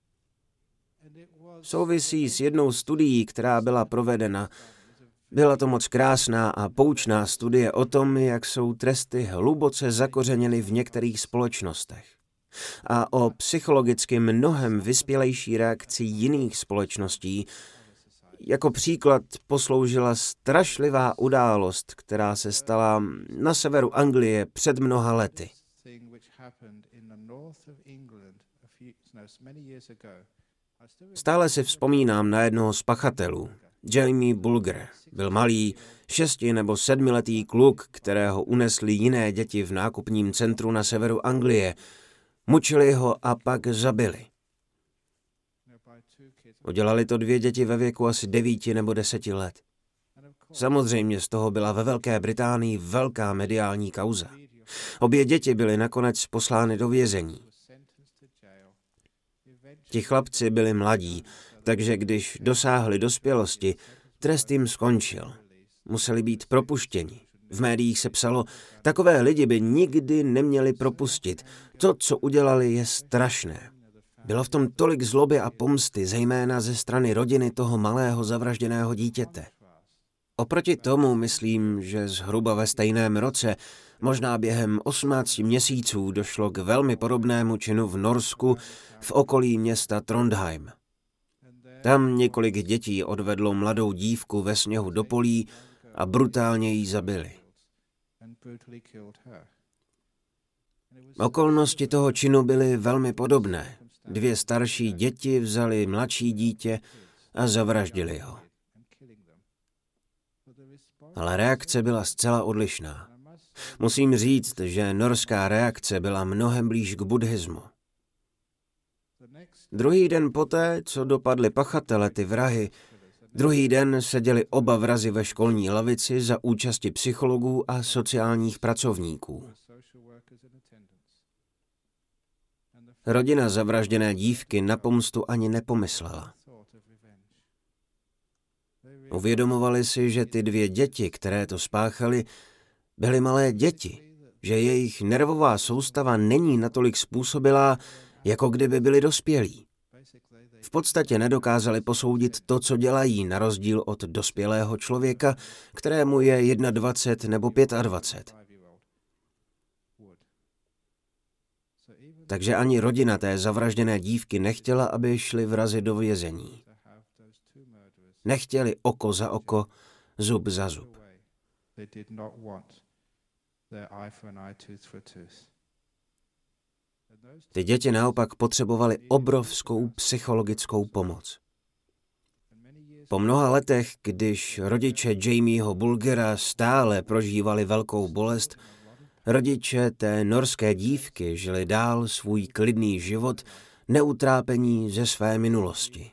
Souvisí s jednou studií, která byla provedena. Byla to moc krásná a poučná studie o tom, jak jsou tresty hluboce zakořeněny v některých společnostech. A o psychologicky mnohem vyspělejší reakci jiných společností. Jako příklad posloužila strašlivá událost, která se stala na severu Anglie před mnoha lety. Stále si vzpomínám na jednoho z pachatelů. Jamie Bulger byl malý 6- nebo 7letý kluk, kterého unesli jiné děti v nákupním centru na severu Anglie. Mučili ho a pak zabili. Udělali to 2 děti ve věku asi 9 nebo 10 let. Samozřejmě z toho byla ve Velké Británii velká mediální kauza. Obě děti byly nakonec poslány do vězení. Ti chlapci byli mladí, takže když dosáhli dospělosti, trest jim skončil. Museli být propuštěni. V médiích se psalo, takové lidi by nikdy neměli propustit. To, co udělali, je strašné. Bylo v tom tolik zloby a pomsty, zejména ze strany rodiny toho malého zavražděného dítěte. Oproti tomu myslím, že zhruba ve stejném roce, možná během 18 měsíců, došlo k velmi podobnému činu v Norsku v okolí města Trondheim. Tam několik dětí odvedlo mladou dívku ve sněhu do polí a brutálně ji zabili. Okolnosti toho činu byly velmi podobné. 2 starší děti vzali mladší dítě a zavraždili ho. Ale reakce byla zcela odlišná. Musím říct, že norská reakce byla mnohem blíž k buddhismu. Druhý den poté, co dopadli pachatele, ty vrahy, druhý den seděli oba vrazi ve školní lavici za účasti psychologů a sociálních pracovníků. Rodina zavražděné dívky na pomstu ani nepomyslela. Uvědomovali si, že ty 2 děti, které to spáchaly, byly malé děti, že jejich nervová soustava není natolik způsobilá, jako kdyby byli dospělí. V podstatě nedokázali posoudit to, co dělají, na rozdíl od dospělého člověka, kterému je 21 nebo 25. Takže ani rodina té zavražděné dívky nechtěla, aby šli vrazi do vězení. Nechtěli oko za oko, zub za zub. Ty děti naopak potřebovaly obrovskou psychologickou pomoc. Po mnoha letech, když rodiče Jamieho Bulgera stále prožívali velkou bolest, rodiče té norské dívky žili dál svůj klidný život, neutrápení ze své minulosti.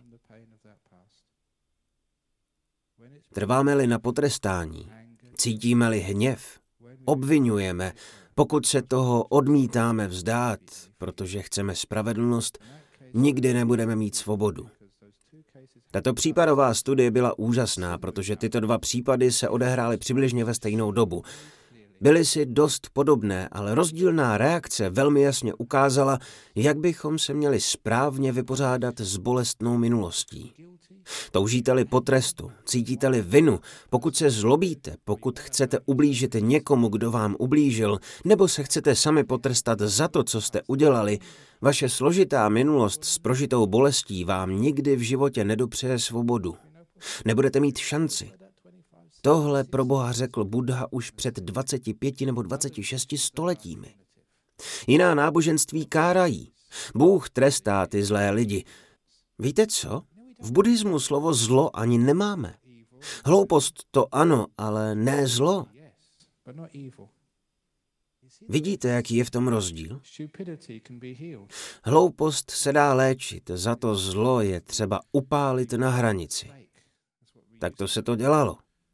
Trváme-li na potrestání, cítíme-li hněv, obvinujeme, pokud se toho odmítáme vzdát, protože chceme spravedlnost, nikdy nebudeme mít svobodu. Tato případová studie byla úžasná, protože tyto dva případy se odehrály přibližně ve stejnou dobu. Byly si dost podobné, ale rozdílná reakce velmi jasně ukázala, jak bychom se měli správně vypořádat s bolestnou minulostí. Toužíte-li po trestu, cítíte-li vinu, pokud se zlobíte, pokud chcete ublížit někomu, kdo vám ublížil, nebo se chcete sami potrestat za to, co jste udělali, vaše složitá minulost s prožitou bolestí vám nikdy v životě nedopřeje svobodu. Nebudete mít šanci. Tohle pro Boha řekl Buddha už před 25 nebo 26 stoletími. Jiná náboženství kárají. Bůh trestá ty zlé lidi. Víte co? V buddhismu slovo zlo ani nemáme. Hloupost to ano, ale ne zlo. Vidíte, jaký je v tom rozdíl? Hloupost se dá léčit, za to zlo je třeba upálit na hranici. Tak to se to dělalo.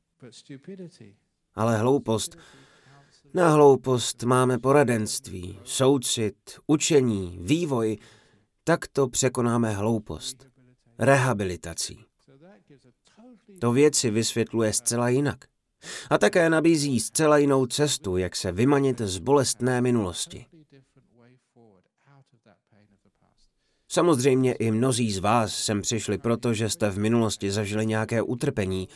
Ale na hloupost máme poradenství, soucit, učení, vývoj, tak to překonáme hloupost. Rehabilitací. To věci vysvětluje zcela jinak. A také nabízí zcela jinou cestu, jak se vymanit z bolestné minulosti. Samozřejmě i mnozí z vás sem přišli proto, že jste v minulosti zažili nějaké utrpení.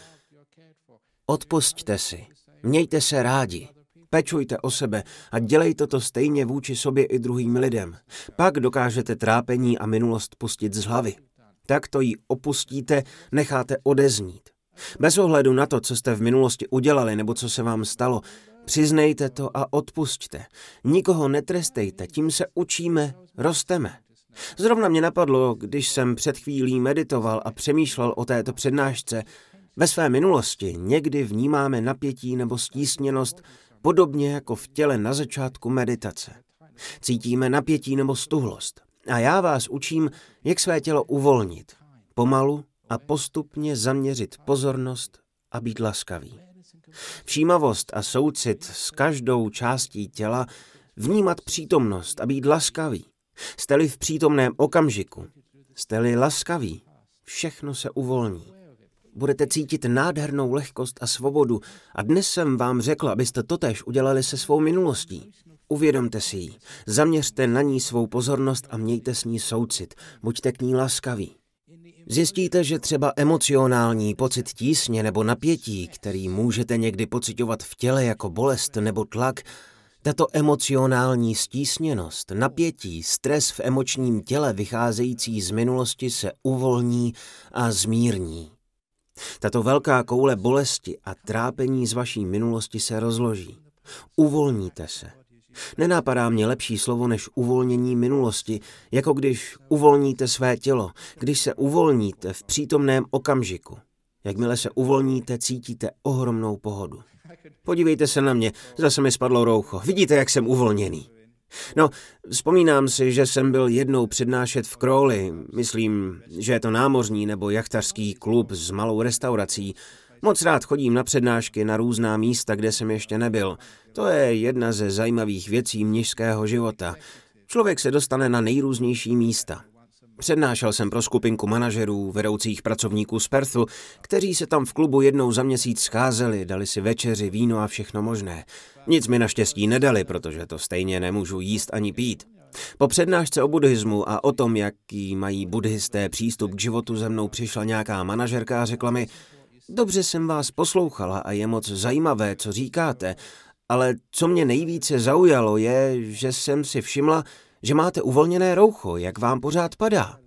Odpusťte si, mějte se rádi, pečujte o sebe a dělejte to stejně vůči sobě i druhým lidem. Pak dokážete trápení a minulost pustit z hlavy. Tak to ji opustíte, necháte odeznít. Bez ohledu na to, co jste v minulosti udělali nebo co se vám stalo, přiznejte to a odpusťte. Nikoho netrestejte, tím se učíme, rosteme. Zrovna mě napadlo, když jsem před chvílí meditoval a přemýšlel o této přednášce, ve své minulosti někdy vnímáme napětí nebo stísněnost, podobně jako v těle na začátku meditace. Cítíme napětí nebo stuhlost. A já vás učím, jak své tělo uvolnit. Pomalu a postupně zaměřit pozornost a být laskavý. Všímavost a soucit s každou částí těla, vnímat přítomnost a být laskavý. Jste-li v přítomném okamžiku, jste-li laskaví, všechno se uvolní. Budete cítit nádhernou lehkost a svobodu a dnes jsem vám řekl, abyste totéž udělali se svou minulostí. Uvědomte si ji, zaměřte na ní svou pozornost a mějte s ní soucit, buďte k ní laskaví. Zjistíte, že třeba emocionální pocit tísně nebo napětí, který můžete někdy pociťovat v těle jako bolest nebo tlak, tato emocionální stísněnost, napětí, stres v emočním těle vycházející z minulosti se uvolní a zmírní. Tato velká koule bolesti a trápení z vaší minulosti se rozloží. Uvolníte se. Nenapadá mě lepší slovo než uvolnění minulosti, jako když uvolníte své tělo, když se uvolníte v přítomném okamžiku. Jakmile se uvolníte, cítíte ohromnou pohodu. Podívejte se na mě, zase mi spadlo roucho. Vidíte, jak jsem uvolněný. No, vzpomínám si, že jsem byl jednou přednášet v Crawley, myslím, že je to námořní nebo jachtařský klub s malou restaurací. Moc rád chodím na přednášky na různá místa, kde jsem ještě nebyl. To je jedna ze zajímavých věcí mnišského života. Člověk se dostane na nejrůznější místa. Přednášel jsem pro skupinku manažerů, vedoucích pracovníků z Perthu, kteří se tam v klubu jednou za měsíc scházeli, dali si večeři, víno a všechno možné. Nic mi naštěstí nedali, protože to stejně nemůžu jíst ani pít. Po přednášce o buddhismu a o tom, jaký mají buddhisté přístup k životu, ze mnou přišla nějaká manažerka a řekla mi: dobře jsem vás poslouchala a je moc zajímavé, co říkáte, ale co mě nejvíce zaujalo je, že jsem si všimla, že máte uvolněné roucho, jak vám pořád padá.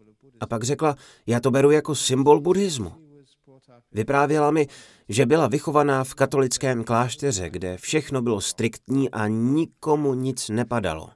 A pak řekla, já to beru jako symbol buddhismu. Vyprávěla mi, že byla vychovaná v katolickém klášteře, kde všechno bylo striktní a nikomu nic nepadalo.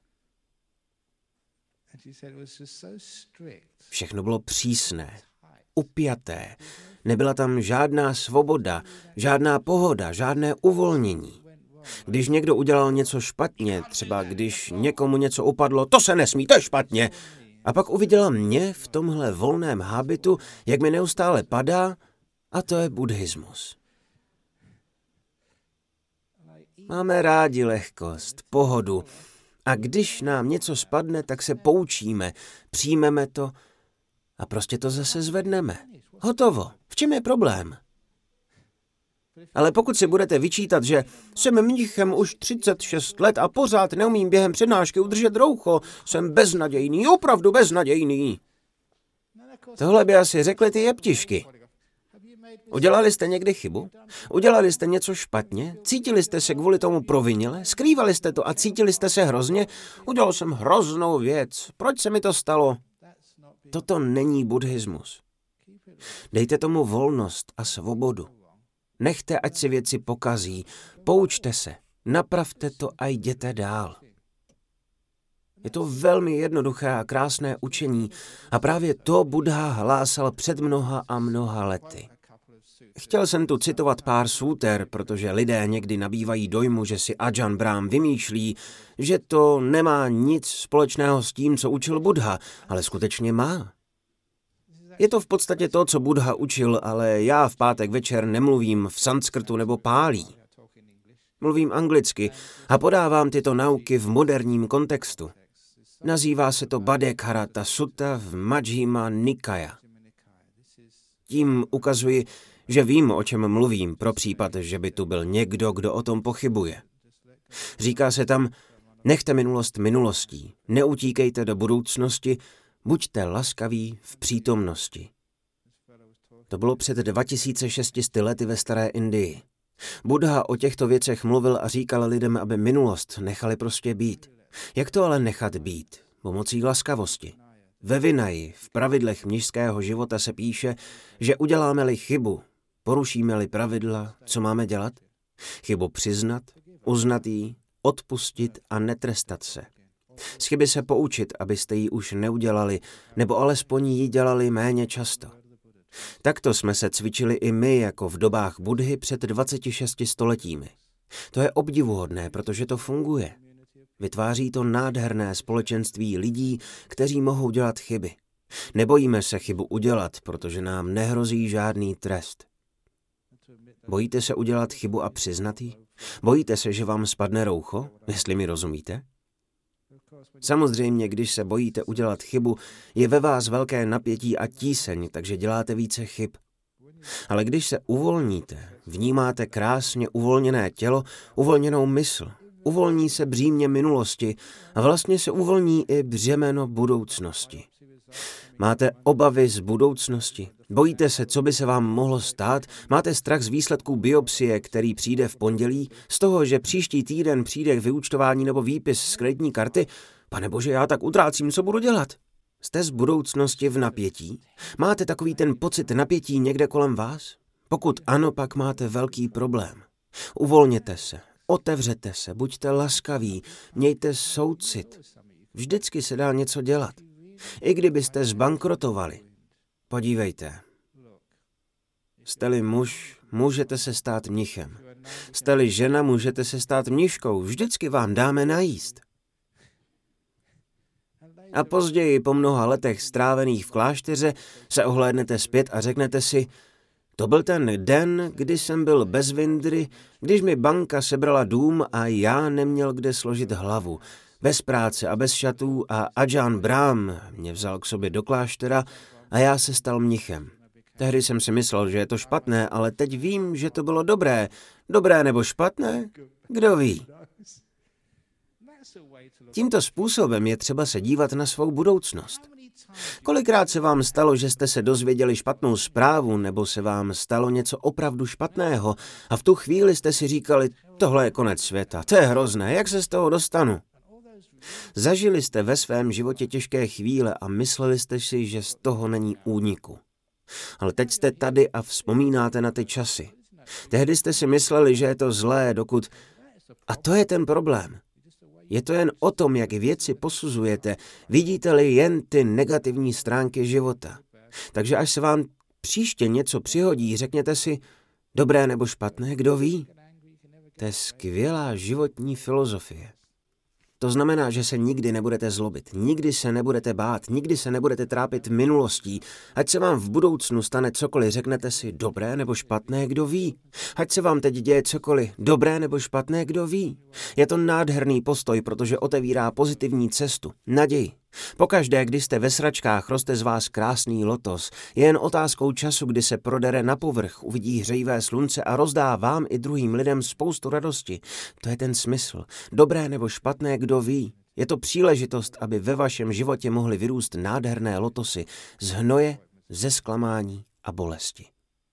Všechno bylo přísné, upjaté. Nebyla tam žádná svoboda, žádná pohoda, žádné uvolnění. Když někdo udělal něco špatně, třeba když někomu něco upadlo, to se nesmí, to je špatně. A pak uviděla mě v tomhle volném hábitu, jak mi neustále padá, a to je buddhismus. Máme rádi lehkost, pohodu. A když nám něco spadne, tak se poučíme, přijmeme to a prostě to zase zvedneme. Hotovo. V čem je problém? Ale pokud si budete vyčítat, že jsem mnichem už 36 let a pořád neumím během přednášky udržet roucho, jsem beznadějný, opravdu beznadějný. Tohle by asi řekly ty jeptišky. Udělali jste někdy chybu? Udělali jste něco špatně? Cítili jste se kvůli tomu provinile? Skrývali jste to a cítili jste se hrozně? Udělal jsem hroznou věc. Proč se mi to stalo? Toto není buddhismus. Dejte tomu volnost a svobodu. Nechte, ať si věci pokazí. Poučte se. Napravte to a jděte dál. Je to velmi jednoduché a krásné učení a právě to Buddha hlásal před mnoha a mnoha lety. Chtěl jsem tu citovat pár súter, protože lidé někdy nabývají dojmu, že si Ajahn Brahm vymýšlí, že to nemá nic společného s tím, co učil Buddha, ale skutečně má. Je to v podstatě to, co Buddha učil, ale já v pátek večer nemluvím v sanskrtu nebo pálí. Mluvím anglicky a podávám tyto nauky v moderním kontextu. Nazývá se to Bhaddekharata Sutta v Majjhima Nikaya. Tím ukazuji, že vím, o čem mluvím, pro případ, že by tu byl někdo, kdo o tom pochybuje. Říká se tam, nechte minulost minulostí, neutíkejte do budoucnosti, buďte laskaví v přítomnosti. To bylo před 2600 lety ve staré Indii. Buddha o těchto věcech mluvil a říkal lidem, aby minulost nechali prostě být. Jak to ale nechat být? Pomocí laskavosti. Ve Vinaji, v pravidlech mnišského života se píše, že uděláme-li chybu, porušíme-li pravidla, co máme dělat? Chybu přiznat, uznat ji, odpustit a netrestat se. Z chyby se poučit, abyste ji už neudělali, nebo alespoň ji dělali méně často. Takto jsme se cvičili i my, jako v dobách Buddhy před 26 stoletími. To je obdivuhodné, protože to funguje. Vytváří to nádherné společenství lidí, kteří mohou dělat chyby. Nebojíme se chybu udělat, protože nám nehrozí žádný trest. Bojíte se udělat chybu a přiznat ji? Bojíte se, že vám spadne roucho, jestli mi rozumíte? Samozřejmě, když se bojíte udělat chybu, je ve vás velké napětí a tíseň, takže děláte více chyb. Ale když se uvolníte, vnímáte krásně uvolněné tělo, uvolněnou mysl, uvolní se břímě minulosti a vlastně se uvolní i břemeno budoucnosti. Máte obavy z budoucnosti? Bojíte se, co by se vám mohlo stát? Máte strach z výsledků biopsie, který přijde v pondělí? Z toho, že příští týden přijde k vyúčtování nebo výpis z kreditní karty? Pane bože, já tak utrácím, co budu dělat? Jste z budoucnosti v napětí? Máte takový ten pocit napětí někde kolem vás? Pokud ano, pak máte velký problém. Uvolněte se, otevřete se, buďte laskaví, mějte soucit. Vždycky se dá něco dělat. I kdybyste zbankrotovali. Podívejte. Jste-li muž, můžete se stát mnichem. Jste-li žena, můžete se stát mniškou. Vždycky vám dáme najíst. A později, po mnoha letech strávených v klášteře, se ohlédnete zpět a řeknete si, to byl ten den, kdy jsem byl bez vindry, když mi banka sebrala dům a já neměl kde složit hlavu. Bez práce a bez šatů a Ajahn Brahm mě vzal k sobě do kláštera a já se stal mnichem. Tehdy jsem si myslel, že je to špatné, ale teď vím, že to bylo dobré. Dobré nebo špatné? Kdo ví? Tímto způsobem je třeba se dívat na svou budoucnost. Kolikrát se vám stalo, že jste se dozvěděli špatnou zprávu, nebo se vám stalo něco opravdu špatného a v tu chvíli jste si říkali, tohle je konec světa, to je hrozné, jak se z toho dostanu? Zažili jste ve svém životě těžké chvíle a mysleli jste si, že z toho není úniku. Ale teď jste tady a vzpomínáte na ty časy. Tehdy jste si mysleli, že je to zlé, dokud... A to je ten problém. Je to jen o tom, jak věci posuzujete, vidíte-li jen ty negativní stránky života. Takže až se vám příště něco přihodí, řekněte si, dobré nebo špatné, kdo ví? To je skvělá životní filozofie. To znamená, že se nikdy nebudete zlobit, nikdy se nebudete bát, nikdy se nebudete trápit minulostí. Ať se vám v budoucnu stane cokoliv, řeknete si dobré nebo špatné, kdo ví. Ať se vám teď děje cokoliv, dobré nebo špatné, kdo ví. Je to nádherný postoj, protože otevírá pozitivní cestu, naději. Pokaždé, kdy jste ve sračkách, roste z vás krásný lotos. Je jen otázkou času, kdy se prodere na povrch, uvidí hřejivé slunce a rozdá vám i druhým lidem spoustu radosti. To je ten smysl. Dobré nebo špatné, kdo ví. Je to příležitost, aby ve vašem životě mohly vyrůst nádherné lotosy z hnoje, ze zklamání a bolesti.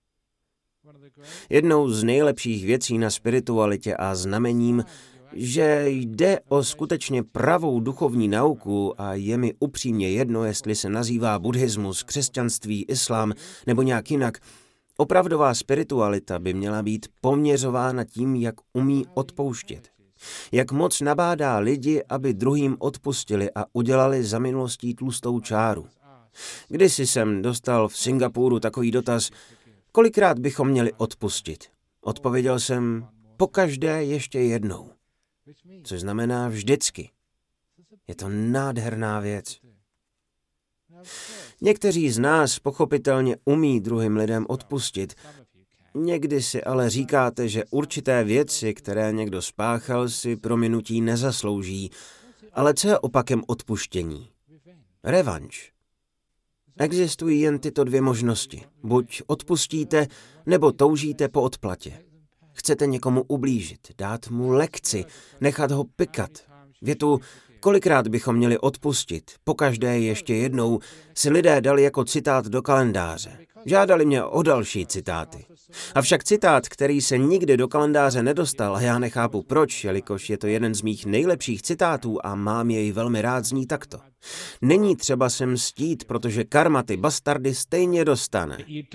Jednou z nejlepších věcí na spiritualitě a znamením, že jde o skutečně pravou duchovní nauku a je mi upřímně jedno, jestli se nazývá buddhismus, křesťanství, islám nebo nějak jinak. Opravdová spiritualita by měla být poměřována tím, jak umí odpouštět. Jak moc nabádá lidi, aby druhým odpustili a udělali za minulostí tlustou čáru. Kdysi jsem dostal v Singapuru takový dotaz, kolikrát bychom měli odpustit. Odpověděl jsem, pokaždé ještě jednou. Což znamená vždycky. Je to nádherná věc. Někteří z nás pochopitelně umí druhým lidem odpustit. Někdy si ale říkáte, že určité věci, které někdo spáchal, si prominutí nezaslouží. Ale co je opakem odpuštění? Revanš. Existují jen tyto dvě možnosti. Buď odpustíte, nebo toužíte po odplatě. Chcete někomu ublížit, dát mu lekci, nechat ho pykat. Větu, kolikrát bychom měli odpustit, pokaždé ještě jednou, si lidé dali jako citát do kalendáře. Žádali mě o další citáty. Avšak citát, který se nikdy do kalendáře nedostal, a já nechápu proč, jelikož je to jeden z mých nejlepších citátů a mám jej velmi rád, zní takto. Není třeba se mstít, protože karma ty bastardy stejně dostane.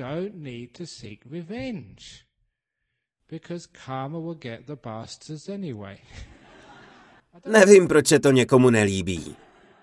Nevím, proč se to někomu nelíbí.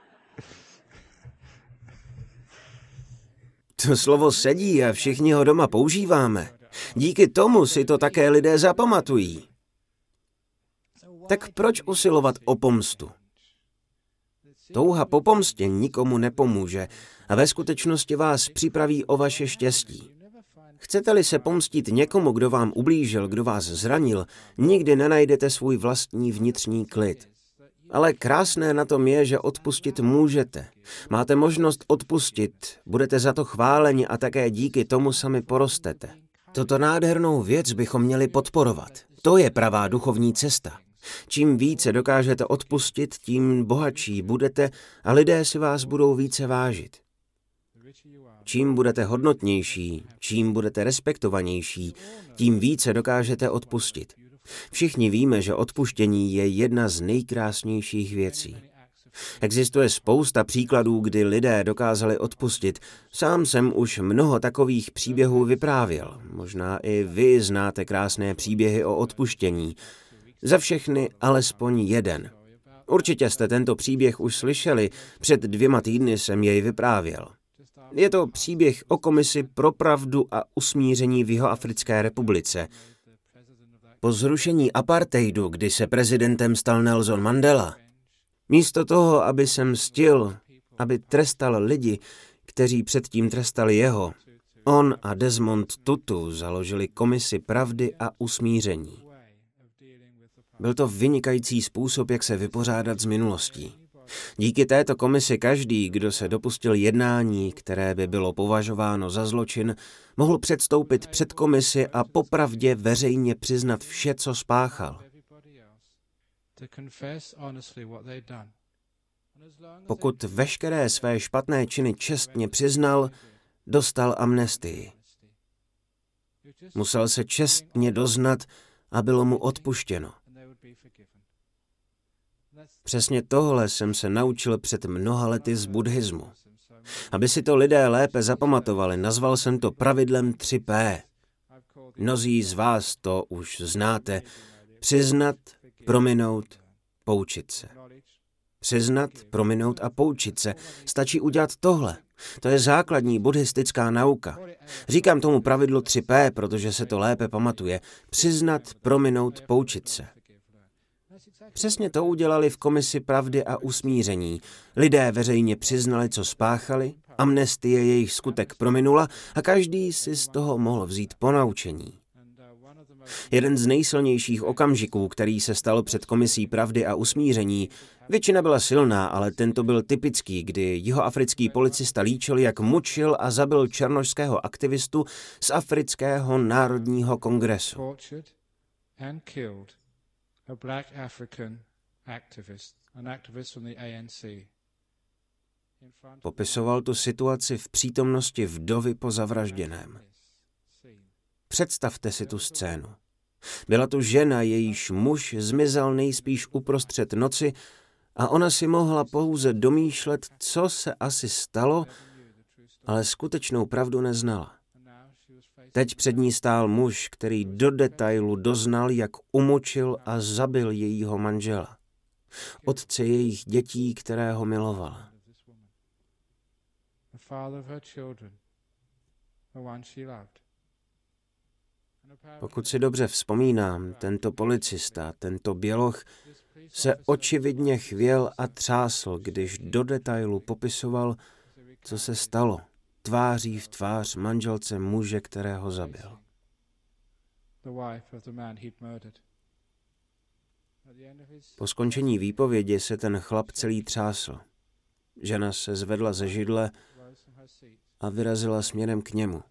To slovo sedí a všichni ho doma používáme. Díky tomu si to také lidé zapamatují. Tak proč usilovat o pomstu? Touha po pomstě nikomu nepomůže a ve skutečnosti vás připraví o vaše štěstí. Chcete-li se pomstít někomu, kdo vám ublížil, kdo vás zranil, nikdy nenajdete svůj vlastní vnitřní klid. Ale krásné na tom je, že odpustit můžete. Máte možnost odpustit, budete za to chváleni a také díky tomu sami porostete. Toto nádhernou věc bychom měli podporovat. To je pravá duchovní cesta. Čím více dokážete odpustit, tím bohatší budete a lidé si vás budou více vážit. Čím budete hodnotnější, čím budete respektovanější, tím více dokážete odpustit. Všichni víme, že odpuštění je jedna z nejkrásnějších věcí. Existuje spousta příkladů, kdy lidé dokázali odpustit. Sám jsem už mnoho takových příběhů vyprávěl. Možná i vy znáte krásné příběhy o odpuštění. Za všechny alespoň jeden. Určitě jste tento příběh už slyšeli, před 2 týdny jsem jej vyprávěl. Je to příběh o komisi pro pravdu a usmíření v Jihoafrické republice. Po zrušení apartheidu, kdy se prezidentem stal Nelson Mandela, místo toho, aby se mstil, aby trestal lidi, kteří předtím trestali jeho, on a Desmond Tutu založili komisi pravdy a usmíření. Byl to vynikající způsob, jak se vypořádat s minulostí. Díky této komisi každý, kdo se dopustil jednání, které by bylo považováno za zločin, mohl předstoupit před komisi a popravdě veřejně přiznat vše, co spáchal. Pokud veškeré své špatné činy čestně přiznal, dostal amnestii. Musel se čestně doznat a bylo mu odpuštěno. Přesně tohle jsem se naučil před mnoha lety z buddhismu. Aby si to lidé lépe zapamatovali, nazval jsem to pravidlem 3P. Mnozí z vás to už znáte. Přiznat, prominout, poučit se. Přiznat, prominout a poučit se. Stačí udělat tohle. To je základní buddhistická nauka. Říkám tomu pravidlo 3P, protože se to lépe pamatuje. Přiznat, prominout, poučit se. Přesně to udělali v Komisi pravdy a usmíření. Lidé veřejně přiznali, co spáchali, amnestie jejich skutek prominula a každý si z toho mohl vzít ponaučení. Jeden z nejsilnějších okamžiků, který se stal před Komisí pravdy a usmíření, většina byla silná, ale tento byl typický, kdy jihoafrický policista líčil, jak mučil a zabil černošského aktivistu z Afrického národního kongresu. Popisoval tu situaci v přítomnosti vdovy po zavražděném. Představte si tu scénu. Byla to žena, jejíž muž zmizel nejspíš uprostřed noci a ona si mohla pouze domýšlet, co se asi stalo, ale skutečnou pravdu neznala. Teď před ní stál muž, který do detailu doznal, jak umučil a zabil jejího manžela, otce jejich dětí, kterého milovala. Pokud si dobře vzpomínám, tento policista, tento běloch, se očividně chvěl a třásl, když do detailu popisoval, co se stalo, tváří v tvář manželce muže, kterého zabil. Po skončení výpovědi se ten chlap celý třásl. Žena se zvedla ze židle a vyrazila směrem k němu.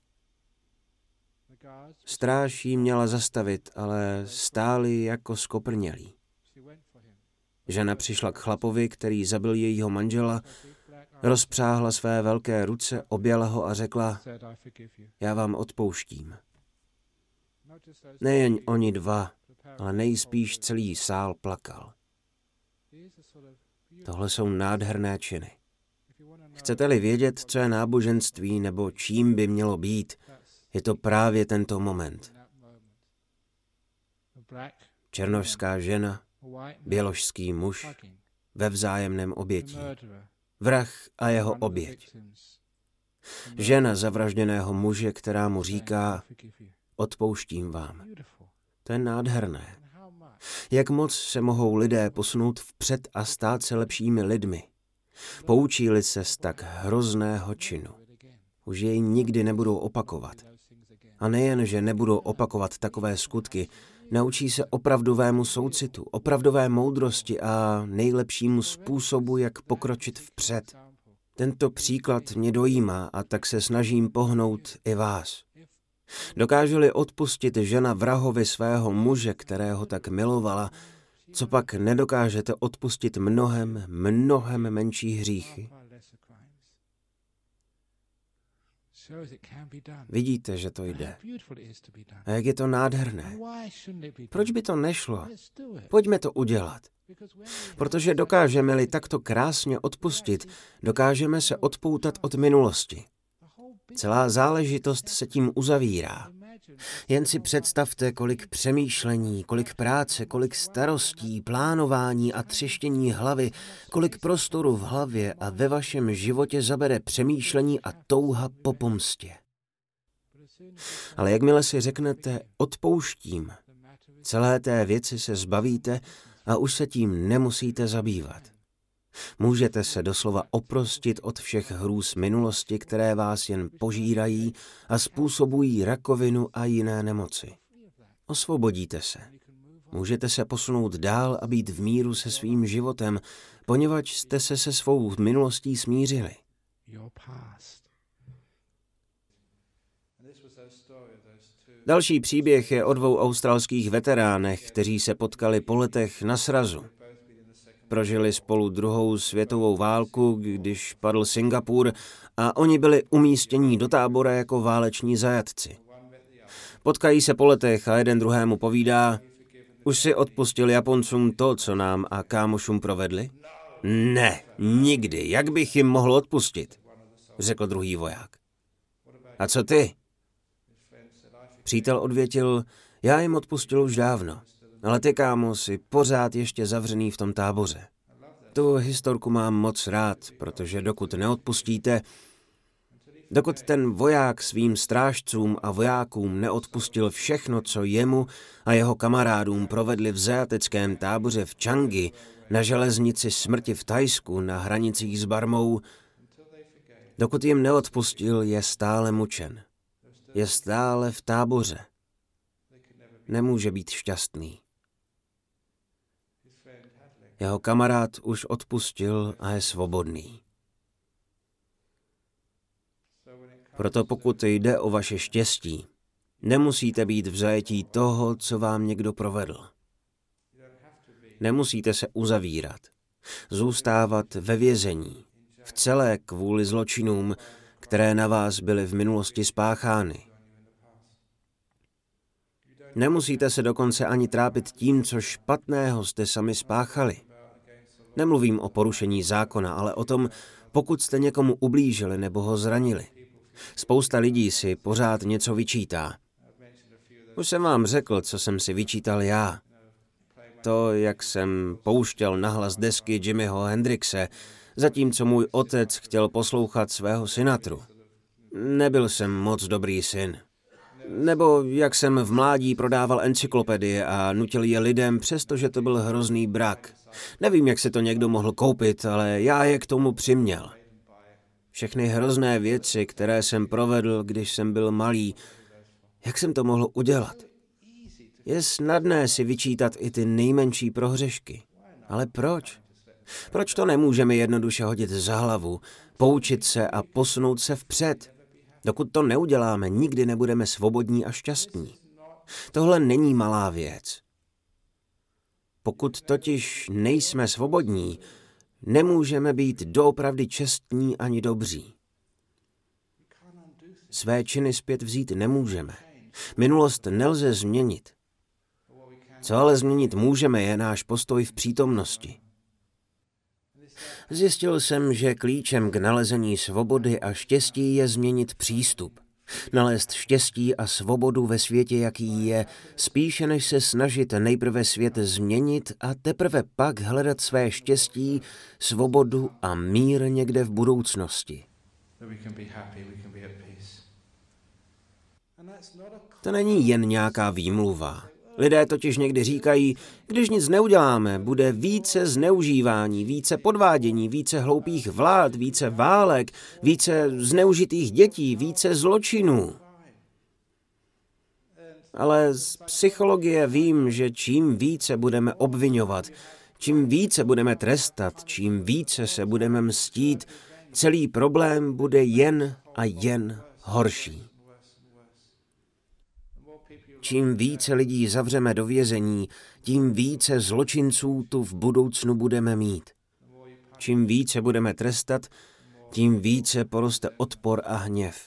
Stráž jí měla zastavit, ale stáli jako skoprnělí. Žena přišla k chlapovi, který zabil jejího manžela, rozpřáhla své velké ruce, objala ho a řekla: já vám odpouštím. Nejen oni dva, ale nejspíš celý sál plakal. Tohle jsou nádherné činy. Chcete-li vědět, co je náboženství nebo čím by mělo být, je to právě tento moment. Černošská žena, běložský muž ve vzájemném obětí. Vrah a jeho oběť. Žena zavražděného muže, která mu říká: odpouštím vám. To je nádherné. Jak moc se mohou lidé posunout vpřed a stát se lepšími lidmi. Poučí-li se z tak hrozného činu. Už jej nikdy nebudou opakovat. A nejen, že nebudou opakovat takové skutky, naučí se opravdovému soucitu, opravdové moudrosti a nejlepšímu způsobu, jak pokročit vpřed. Tento příklad mě dojímá a tak se snažím pohnout i vás. Dokáže-li odpustit žena vrahovi svého muže, kterého tak milovala, co pak nedokážete odpustit mnohem menší hříchy? Vidíte, že to jde. A jak je to nádherné. Proč by to nešlo? Pojďme to udělat. Protože dokážeme-li takto krásně odpustit, dokážeme se odpoutat od minulosti. Celá záležitost se tím uzavírá. Jen si představte, kolik přemýšlení, kolik práce, kolik starostí, plánování a třeštění hlavy, kolik prostoru v hlavě a ve vašem životě zabere přemýšlení a touha po pomstě. Ale jakmile si řeknete odpouštím, celé té věci se zbavíte a už se tím nemusíte zabývat. Můžete se doslova oprostit od všech hrůz minulosti, které vás jen požírají a způsobují rakovinu a jiné nemoci. Osvobodíte se. Můžete se posunout dál a být v míru se svým životem, poněvadž jste se se svou minulostí smířili. Další příběh je o dvou australských veteránech, kteří se potkali po letech na srazu. Prožili spolu druhou světovou válku, když padl Singapur a oni byli umístěni do tábora jako váleční zajatci. Potkají se po letech a jeden druhému povídá: už si odpustil Japoncům to, co nám a kámošům provedli? Ne, nikdy, jak bych jim mohl odpustit, řekl druhý voják. A co ty? Přítel odvětil: já jim odpustil už dávno. Ale ty, kámo, jsi pořád ještě zavřený v tom táboře. Tu historku mám moc rád, protože dokud neodpustíte, Dokud ten voják svým strážcům a vojákům neodpustil všechno, co jemu a jeho kamarádům provedli v zajateckém táboře v Changi, na železnici smrti v Thajsku, na hranicích s Barmou, dokud jim neodpustil, je stále mučen. Je stále v táboře. Nemůže být šťastný. Jeho kamarád už odpustil a je svobodný. Proto pokud jde o vaše štěstí, nemusíte být v zajetí toho, co vám někdo provedl. Nemusíte se uzavírat, zůstávat ve vězení, v celé kvůli zločinům, které na vás byly v minulosti spáchány. Nemusíte se dokonce ani trápit tím, co špatného jste sami spáchali. Nemluvím o porušení zákona, ale o tom, pokud jste někomu ublížili nebo ho zranili. Spousta lidí si pořád něco vyčítá. Už jsem vám řekl, co jsem si vyčítal já. To, jak jsem pouštěl nahlas desky Jimiho Hendrixe, zatímco můj otec chtěl poslouchat svého Sinatru. Nebyl jsem moc dobrý syn. Nebo jak jsem v mládí prodával encyklopedie a nutil je lidem, přestože to byl hrozný brak. Nevím, jak se to někdo mohl koupit, ale já je k tomu přiměl. Všechny hrozné věci, které jsem provedl, když jsem byl malý, jak jsem to mohl udělat? Je snadné si vyčítat i ty nejmenší prohřešky. Ale proč? Proč to nemůžeme jednoduše hodit za hlavu, poučit se a posunout se vpřed? Dokud to neuděláme, nikdy nebudeme svobodní a šťastní. Tohle není malá věc. Pokud totiž nejsme svobodní, nemůžeme být doopravdy čestní ani dobří. Své činy zpět vzít nemůžeme. Minulost nelze změnit. Co ale změnit můžeme, je náš postoj v přítomnosti. Zjistil jsem, že klíčem k nalezení svobody a štěstí je změnit přístup. Nalézt štěstí a svobodu ve světě, jaký je, spíše než se snažit nejprve svět změnit a teprve pak hledat své štěstí, svobodu a mír někde v budoucnosti. To není jen nějaká výmluva. Lidé totiž někdy říkají, když nic neuděláme, bude více zneužívání, více podvádění, více hloupých vlád, více válek, více zneužitých dětí, více zločinů. Ale z psychologie vím, že čím více budeme obviňovat, čím více budeme trestat, čím více se budeme mstít, celý problém bude jen a jen horší. Čím více lidí zavřeme do vězení, tím více zločinců tu v budoucnu budeme mít. Čím více budeme trestat, tím více poroste odpor a hněv.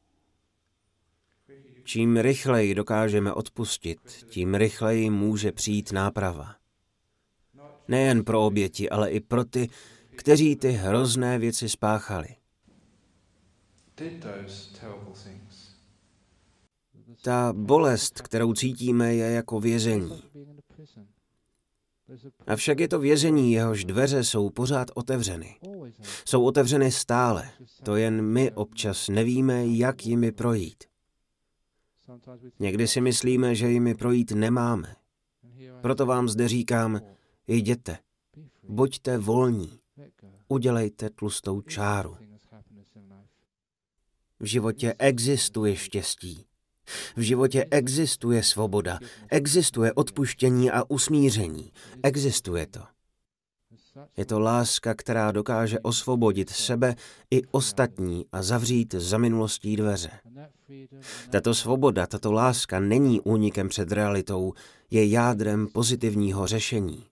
Čím rychleji dokážeme odpustit, tím rychleji může přijít náprava. Nejen pro oběti, ale i pro ty, kteří ty hrozné věci spáchali. Ta bolest, kterou cítíme, je jako vězení. Avšak je to vězení, jehož dveře jsou pořád otevřeny. Jsou otevřeny stále, to jen my občas nevíme, jak jimi projít. Někdy si myslíme, že jimi projít nemáme. Proto vám zde říkám, jděte, buďte volní, udělejte tlustou čáru. V životě existuje štěstí. V životě existuje svoboda, existuje odpuštění a usmíření. Existuje to. Je to láska, která dokáže osvobodit sebe i ostatní a zavřít za minulostí dveře. Tato svoboda, tato láska není únikem před realitou, je jádrem pozitivního řešení.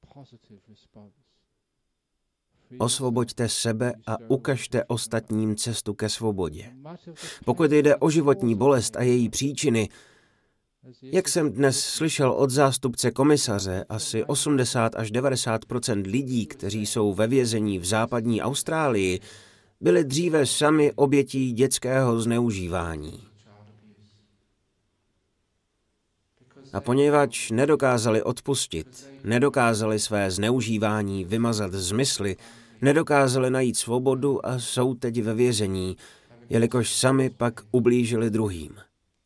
Osvoboďte sebe a ukažte ostatním cestu ke svobodě. Pokud jde o životní bolest a její příčiny, jak jsem dnes slyšel od zástupce komisaře, asi 80 až 90% lidí, kteří jsou ve vězení v západní Austrálii, byli dříve sami obětí dětského zneužívání. A poněvadž nedokázali odpustit, nedokázali své zneužívání vymazat z mysli, nedokázali najít svobodu a jsou teď ve vězení, jelikož sami pak ublížili druhým.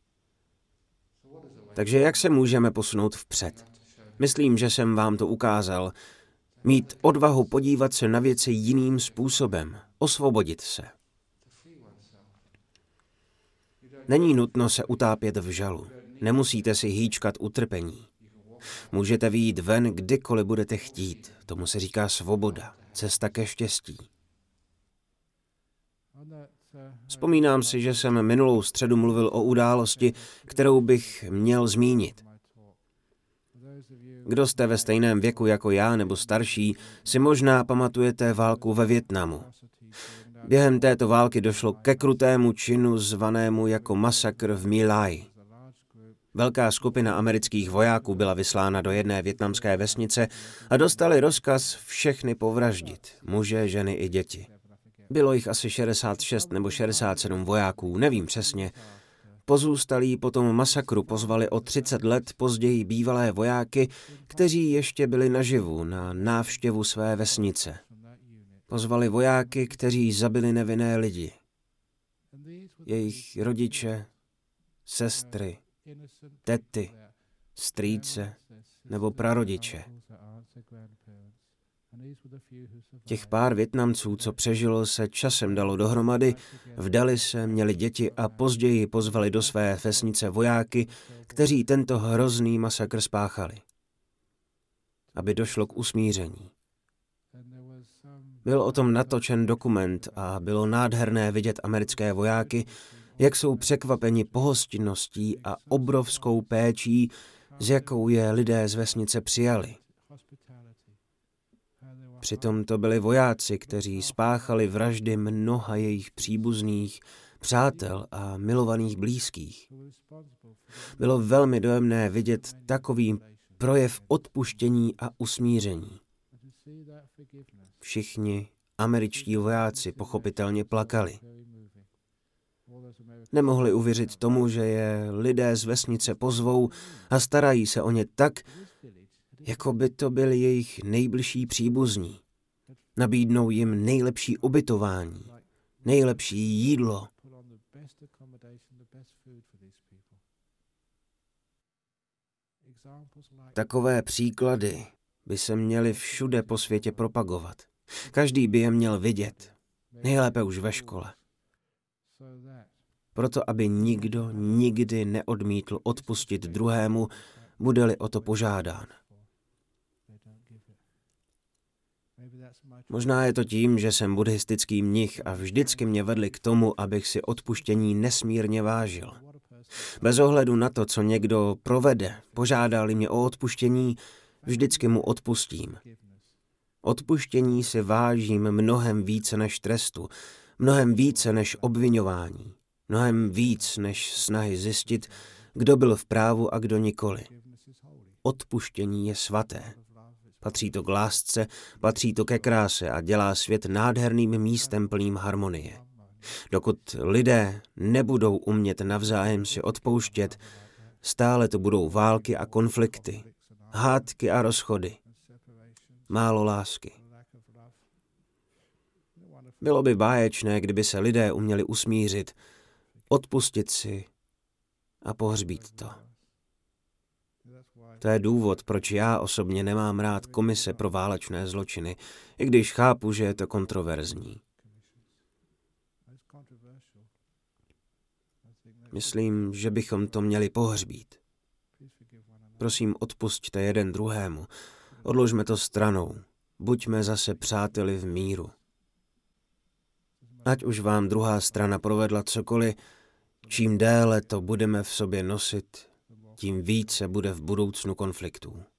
Takže jak se můžeme posunout vpřed? Myslím, že jsem vám to ukázal. Mít odvahu podívat se na věci jiným způsobem, osvobodit se. Není nutno se utápět v žalu. Nemusíte si hýčkat utrpení. Můžete vyjít ven, kdykoliv budete chtít. Tomu se říká svoboda, cesta ke štěstí. Vzpomínám si, že jsem minulou středu mluvil o události, kterou bych měl zmínit. Kdo jste ve stejném věku jako já nebo starší, si možná pamatujete válku ve Vietnamu. Během této války došlo ke krutému činu zvanému jako masakr v My Lai. Velká skupina amerických vojáků byla vyslána do jedné vietnamské vesnice a dostali rozkaz všechny povraždit, muže, ženy i děti. Bylo jich asi 66 nebo 67 vojáků, nevím přesně. Pozůstalí po tom masakru pozvali o 30 let později bývalé vojáky, kteří ještě byli naživu na návštěvu své vesnice. Pozvali vojáky, kteří zabili nevinné lidi. Jejich rodiče, sestry, tety, strýce nebo prarodiče. Těch pár Vietnamců, co přežilo, se časem dalo dohromady, vdali se, měli děti a později pozvali do své vesnice vojáky, kteří tento hrozný masakr spáchali, aby došlo k usmíření. Byl o tom natočen dokument a bylo nádherné vidět americké vojáky, jak jsou překvapeni pohostinností a obrovskou péčí, s jakou je lidé z vesnice přijali. Přitom to byli vojáci, kteří spáchali vraždy mnoha jejich příbuzných, přátel a milovaných blízkých. Bylo velmi dojemné vidět takový projev odpuštění a usmíření. Všichni američtí vojáci pochopitelně plakali. Nemohli uvěřit tomu, že je lidé z vesnice pozvou a starají se o ně tak, jako by to byli jejich nejbližší příbuzní. Nabídnou jim nejlepší ubytování, nejlepší jídlo. Takové příklady by se měly všude po světě propagovat. Každý by je měl vidět, nejlépe už ve škole. Proto, aby nikdo nikdy neodmítl odpustit druhému, bude-li o to požádán. Možná je to tím, že jsem buddhistický mnich a vždycky mě vedli k tomu, abych si odpuštění nesmírně vážil. Bez ohledu na to, co někdo provede, požádá-li mě o odpuštění, vždycky mu odpustím. Odpuštění si vážím mnohem více než trestu, mnohem více než obviňování, mnohem víc než snahy zjistit, kdo byl v právu a kdo nikoli. Odpuštění je svaté. Patří to k lásce, patří to ke kráse a dělá svět nádherným místem plným harmonie. Dokud lidé nebudou umět navzájem si odpouštět, stále to budou války a konflikty, hádky a rozchody, málo lásky. Bylo by báječné, kdyby se lidé uměli usmířit, odpustit si a pohřbít to. To je důvod, proč já osobně nemám rád komise pro válečné zločiny, i když chápu, že je to kontroverzní. Myslím, že bychom to měli pohřbít. Prosím, odpusťte jeden druhému. Odložme to stranou. Buďme zase přáteli v míru. Ať už vám druhá strana provedla cokoliv, čím déle to budeme v sobě nosit, tím více bude v budoucnu konfliktů.